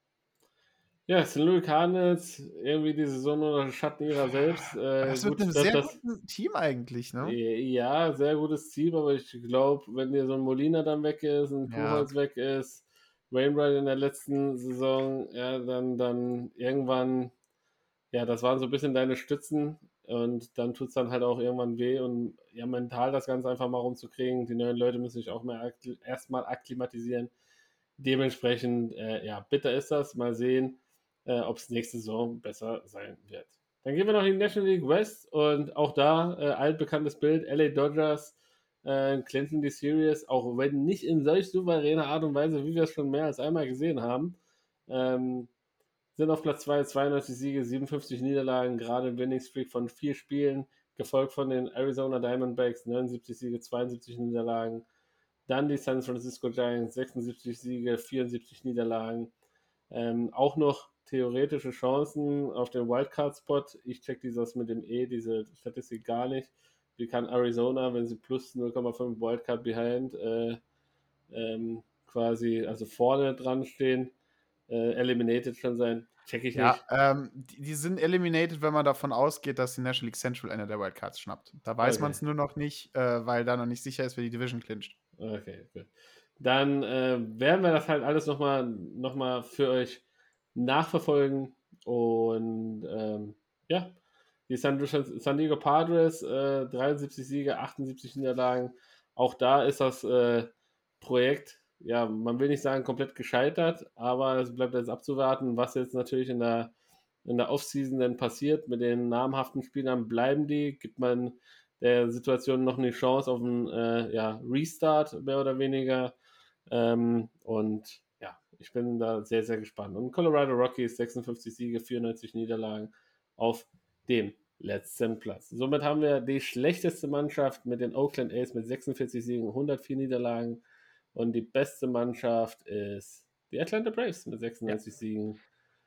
Ja, Saint Louis Cardinals, irgendwie die Saison unter Schatten ihrer selbst. Äh, das gut, mit einem dass sehr das, guten Team eigentlich, ne? Ja, sehr gutes Team, aber ich glaube, wenn dir so ein Molina dann weg ist, ein Ja. Pujols weg ist, Wainwright in der letzten Saison, ja, dann, dann irgendwann, ja, das waren so ein bisschen deine Stützen und dann tut es dann halt auch irgendwann weh und ja, mental das Ganze einfach mal rumzukriegen. Die neuen Leute müssen sich auch mal akkli- erstmal akklimatisieren. Dementsprechend, äh, ja, bitter ist das. Mal sehen, äh, ob es nächste Saison besser sein wird. Dann gehen wir noch in die National League West und auch da äh, altbekanntes Bild, L A Dodgers, äh, Clinton die Series, auch wenn nicht in solch souveräner Art und Weise, wie wir es schon mehr als einmal gesehen haben, ähm, sind auf Platz zwei, zweiundneunzig Siege, siebenundfünfzig Niederlagen, gerade im Winning Streak von vier Spielen, gefolgt von den Arizona Diamondbacks, neunundsiebzig Siege, zweiundsiebzig Niederlagen. Dann die San Francisco Giants, sechsundsiebzig Siege, vierundsiebzig Niederlagen. Ähm, auch noch theoretische Chancen auf den Wildcard-Spot. Ich check dieses mit dem E, diese Statistik gar nicht. Wie kann Arizona, wenn sie plus null Komma fünf Wildcard behind äh, ähm, quasi, also vorne dran stehen, äh, eliminated schon sein? Check ich Ja, nicht. ähm, die, die sind eliminated, wenn man davon ausgeht, dass die National League Central einer der Wildcards schnappt. Da weiß Okay. man es nur noch nicht, äh, weil da noch nicht sicher ist, wer die Division clincht. Okay, gut. Dann äh, werden wir das halt alles nochmal noch mal für euch nachverfolgen. Und ähm, ja, die San, San Diego Padres, äh, dreiundsiebzig Siege, achtundsiebzig Niederlagen. Auch da ist das äh, Projekt, ja, man will nicht sagen komplett gescheitert, aber es bleibt jetzt abzuwarten, was jetzt natürlich in der, in der Offseason denn passiert. Mit den namhaften Spielern bleiben die, gibt man der Situation noch eine Chance auf einen äh, ja, Restart, mehr oder weniger. Ähm, und ja, ich bin da sehr, sehr gespannt. Und Colorado Rockies, sechsundfünfzig Siege, vierundneunzig Niederlagen auf dem letzten Platz. Somit haben wir die schlechteste Mannschaft mit den Oakland A's mit sechsundvierzig Siegen, hundertvier Niederlagen. Und die beste Mannschaft ist die Atlanta Braves mit sechsundneunzig ja. Siegen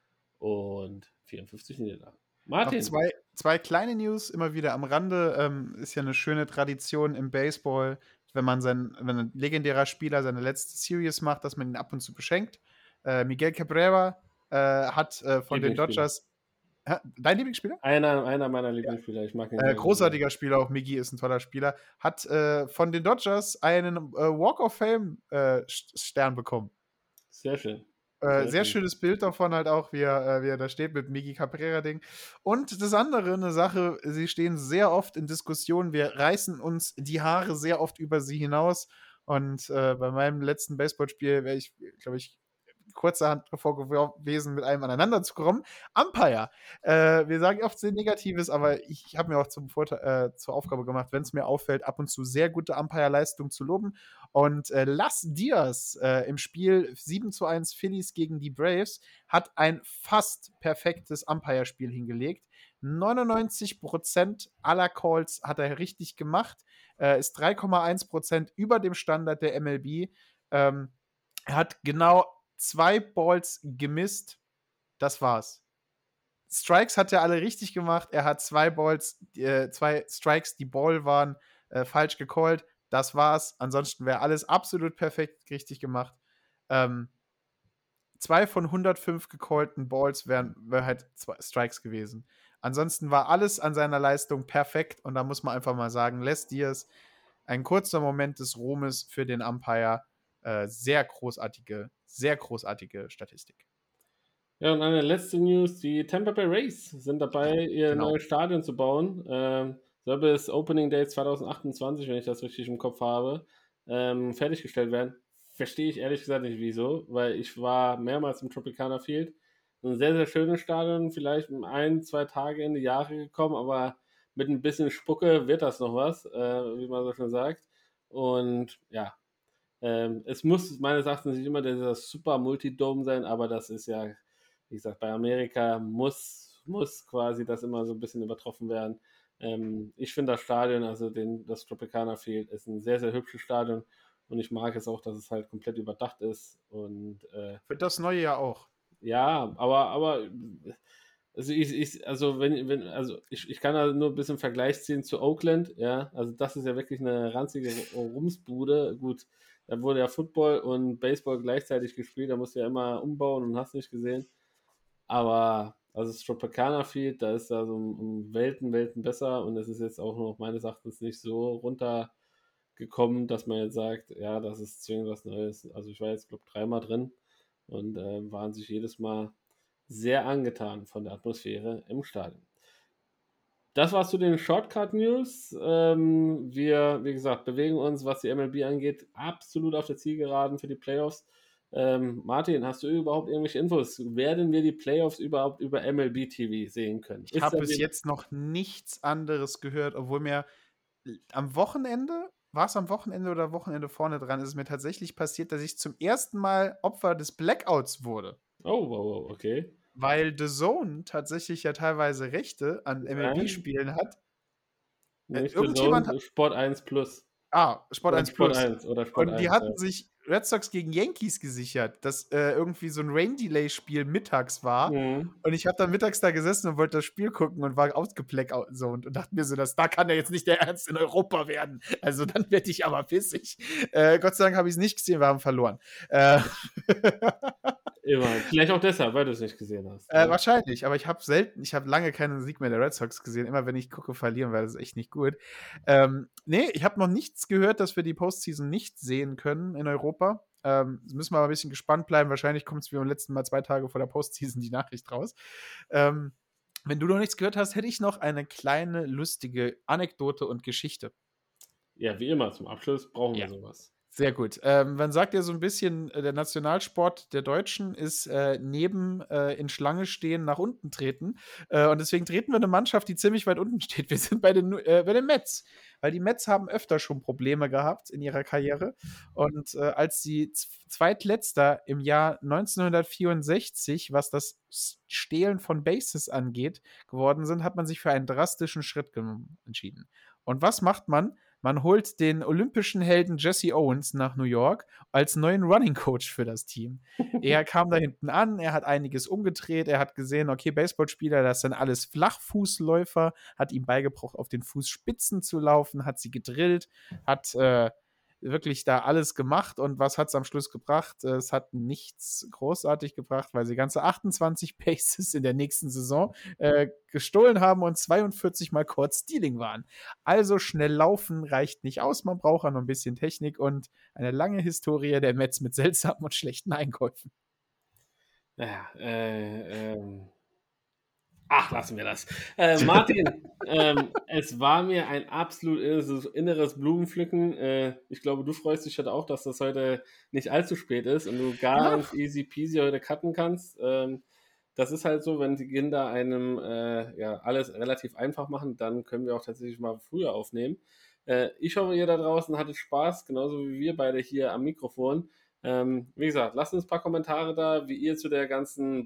und vierundfünfzig Niederlagen. Martin. Noch zwei, zwei kleine News, immer wieder am Rande. Ähm, ist ja eine schöne Tradition im Baseball, wenn man sein, wenn ein legendärer Spieler seine letzte Series macht, dass man ihn ab und zu beschenkt. Äh, Miguel Cabrera äh, hat äh, von den Dodgers. Hä? Dein Lieblingsspieler? Einer, einer meiner Lieblingsspieler. Ich mag ihn. Äh, großartiger Spieler, auch Miggy ist ein toller Spieler. Hat äh, von den Dodgers einen äh, Walk of Fame äh, Stern bekommen. Sehr schön. Sehr, sehr schönes Bild davon halt auch, wie er, wie er da steht mit Miggy Cabrera-Ding. Und das andere, eine Sache, sie stehen sehr oft in Diskussionen, wir reißen uns die Haare sehr oft über sie hinaus. Und äh, bei meinem letzten Baseballspiel wäre ich, glaube ich, kurzerhand davor gewesen, mit einem aneinander zu kommen. Umpire. Äh, wir sagen oft sehr Negatives, aber ich habe mir auch zum Vorteil, äh, zur Aufgabe gemacht, wenn es mir auffällt, ab und zu sehr gute Umpire-Leistung zu loben. Und äh, Las Diaz äh, im Spiel sieben zu eins Phillies gegen die Braves hat ein fast perfektes Umpire-Spiel hingelegt. neunundneunzig Prozent aller Calls hat er richtig gemacht, äh, ist drei Komma eins Prozent über dem Standard der M L B. Ähm, er hat genau zwei Balls gemisst. Das war's. Strikes hat er alle richtig gemacht. Er hat zwei Balls, äh, zwei Strikes, die Ball waren, äh, falsch gecallt. Das war's. Ansonsten wäre alles absolut perfekt richtig gemacht. Ähm, zwei von hundertfünf gecallten Balls wären wär halt zwei Strikes gewesen. Ansonsten war alles an seiner Leistung perfekt. Und da muss man einfach mal sagen, Les Diaz, ein kurzer Moment des Ruhmes für den Umpire. Äh, sehr großartige, sehr großartige Statistik. Ja, und eine letzte News, die Tampa Bay Rays sind dabei, ihr genau. neues Stadion zu bauen. Ähm, soll bis Opening Day zwanzig achtundzwanzig, wenn ich das richtig im Kopf habe, ähm, fertiggestellt werden. Verstehe ich ehrlich gesagt nicht, wieso, weil ich war mehrmals im Tropicana Field. Ein sehr, sehr schönes Stadion, vielleicht ein, zwei Tage in die Jahre gekommen, aber mit ein bisschen Spucke wird das noch was, äh, wie man so schon sagt. Und ja, ähm, es muss meines Erachtens nicht immer dieser super Multidome sein, aber das ist ja, wie gesagt, bei Amerika muss, muss quasi das immer so ein bisschen übertroffen werden. Ähm, ich finde das Stadion, also den, das Tropicana Field, ist ein sehr, sehr hübsches Stadion Und ich mag es auch, dass es halt komplett überdacht ist. Und äh, Für das neue Jahr auch. ja, aber, aber also ich, ich, also wenn, wenn, also ich, ich kann da nur ein bisschen Vergleich ziehen zu Oakland, ja. Also das ist ja wirklich eine ranzige Rumsbude. Gut, da wurde ja Football und Baseball gleichzeitig gespielt, da musst du ja immer umbauen und hast nicht gesehen. Aber also das Tropicana Field, da ist da so um, um Welten, Welten besser und es ist jetzt auch noch meines Erachtens nicht so runtergekommen, dass man jetzt sagt, ja, das ist zwingend was Neues. Also ich war jetzt, glaube ich, dreimal drin und äh, waren sich jedes Mal sehr angetan von der Atmosphäre im Stadion. Das war zu den Shortcut-News. Ähm, wir, wie gesagt, bewegen uns, was die M L B angeht, absolut auf der Zielgeraden für die Playoffs. Ähm, Martin, hast du überhaupt irgendwelche Infos? Werden wir die Playoffs überhaupt über M L B T V sehen können? Ich habe bis jetzt noch nichts anderes gehört, obwohl mir am Wochenende, war es am Wochenende oder Wochenende vorne dran, ist es mir tatsächlich passiert, dass ich zum ersten Mal Opfer des Blackouts wurde. Oh, wow, okay. Weil The Zone tatsächlich ja teilweise Rechte an M L B-Spielen hat. Nicht Irgendjemand Zone, Sport eins Plus. Ah, Sport Oder eins Sport Plus. eins oder Sport Und die eins, hatten ja. sich Red Sox gegen Yankees gesichert, dass äh, irgendwie so ein Rain-Delay-Spiel mittags war. Mhm. Und ich habe dann mittags da gesessen und wollte das Spiel gucken und war ausgeblackt so und, und dachte mir so, dass da kann ja jetzt nicht der Ernst in Europa werden. Also dann werde ich aber pissig. Äh, Gott sei Dank habe ich es nicht gesehen, wir haben verloren. Äh, Immer. Vielleicht auch deshalb, weil du es nicht gesehen hast. Äh, wahrscheinlich, aber ich habe selten, ich habe lange keinen Sieg mehr der Red Sox gesehen. Immer wenn ich gucke, verlieren, weil das ist echt nicht gut. Ähm, nee, ich habe noch nichts gehört, dass wir die Postseason nicht sehen können in Europa. Ähm, müssen wir aber ein bisschen gespannt bleiben. Wahrscheinlich kommt es wie beim letzten Mal zwei Tage vor der Postseason die Nachricht raus. Ähm, wenn du noch nichts gehört hast, hätte ich noch eine kleine, lustige Anekdote und Geschichte. Ja, wie immer, zum Abschluss brauchen wir Ja. sowas. Sehr gut. Ähm, man sagt ja so ein bisschen, äh, der Nationalsport der Deutschen ist äh, neben äh, in Schlange stehen, nach unten treten. Äh, und deswegen treten wir eine Mannschaft, die ziemlich weit unten steht. Wir sind bei den, äh, bei den Mets. Weil die Mets haben öfter schon Probleme gehabt in ihrer Karriere. Und äh, als sie z- Zweitletzter im Jahr neunzehnhundertvierundsechzig, was das Stehlen von Bases angeht, geworden sind, hat man sich für einen drastischen Schritt genommen, entschieden. Und was macht man? Man holt den olympischen Helden Jesse Owens nach New York als neuen Running Coach für das Team. Er kam da hinten an, er hat einiges umgedreht, er hat gesehen, okay, Baseballspieler, das sind alles Flachfußläufer, hat ihm beigebracht, auf den Fußspitzen zu laufen, hat sie gedrillt, hat äh, wirklich da alles gemacht und was hat es am Schluss gebracht? Es hat nichts großartig gebracht, weil sie ganze achtundzwanzig Bases in der nächsten Saison äh, gestohlen haben und zweiundvierzig Mal Caught Stealing waren. Also schnell laufen reicht nicht aus, man braucht auch noch ein bisschen Technik und eine lange Historie der Mets mit seltsamen und schlechten Einkäufen. Naja, äh, ähm. Ach, lassen wir das. Äh, Martin, ähm, es war mir ein absolut inneres, inneres Blumenpflücken. Äh, ich glaube, du freust dich heute auch, dass das heute nicht allzu spät ist und du ganz ja. easy peasy heute cutten kannst. Ähm, das ist halt so, wenn die Kinder einem äh, ja, alles relativ einfach machen, dann können wir auch tatsächlich mal früher aufnehmen. Äh, ich hoffe, ihr da draußen hattet Spaß, genauso wie wir beide hier am Mikrofon. Ähm, wie gesagt, lasst uns ein paar Kommentare da, wie ihr zu der ganzen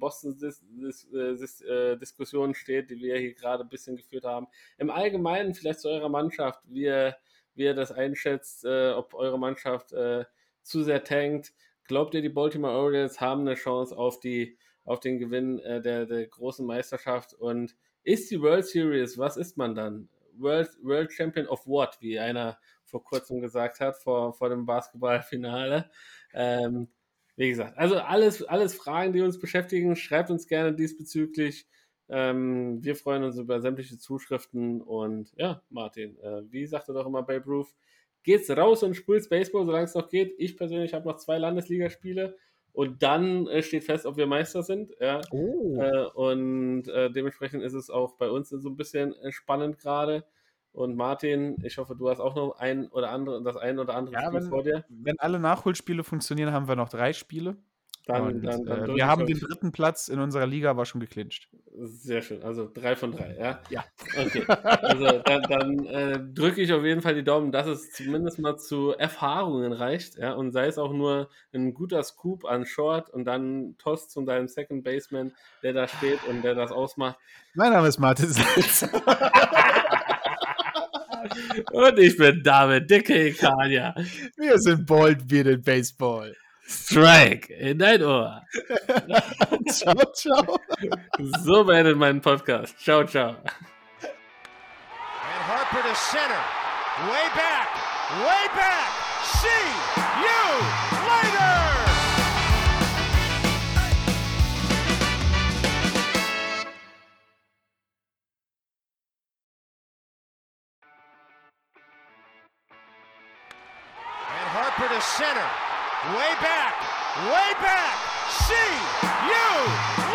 Boston-Diskussion steht, die wir hier gerade ein bisschen geführt haben. Im Allgemeinen vielleicht zu eurer Mannschaft, wie ihr, wie ihr das einschätzt, äh, ob eure Mannschaft äh, zu sehr tankt. Glaubt ihr, die Baltimore Orioles haben eine Chance auf, die, auf den Gewinn äh, der, der großen Meisterschaft? Und ist die World Series, was ist man dann? World, World Champion of what, wie einer vor kurzem gesagt hat, vor, vor dem Basketballfinale. Ähm, wie gesagt, also alles, alles Fragen, die uns beschäftigen, schreibt uns gerne diesbezüglich. Ähm, wir freuen uns über sämtliche Zuschriften und ja, Martin, äh, wie sagte doch immer Babe Ruth, geht's raus und spielt's Baseball, solange es noch geht. Ich persönlich habe noch zwei Landesligaspiele und dann äh, steht fest, ob wir Meister sind. Ja. Oh. Äh, und äh, dementsprechend ist es auch bei uns so ein bisschen spannend gerade. Und Martin, ich hoffe, du hast auch noch ein oder andere, das ein oder andere Ja, Spiel wenn, vor dir. Wenn alle Nachholspiele funktionieren, haben wir noch drei Spiele. Dann, und, dann, dann äh, wir haben den dritten Platz in unserer Liga aber schon geclincht. Sehr schön, also drei von drei, ja? Ja. Okay, also dann, dann äh, drücke ich auf jeden Fall die Daumen, dass es zumindest mal zu Erfahrungen reicht, ja, und sei es auch nur ein guter Scoop an Short und dann Toss zu deinem Second Baseman, der da steht und der das ausmacht. Mein Name ist Martin Salz. Und ich bin David Dicke Kania. Wir Wir sind Bald-Bearded Baseball. Strike in dein Ohr. Ciao, ciao. So beendet meinen Podcast. Ciao, ciao. And Harper to center. Way back. Way back. See you later. And Harper to center. Way back. Way back. See you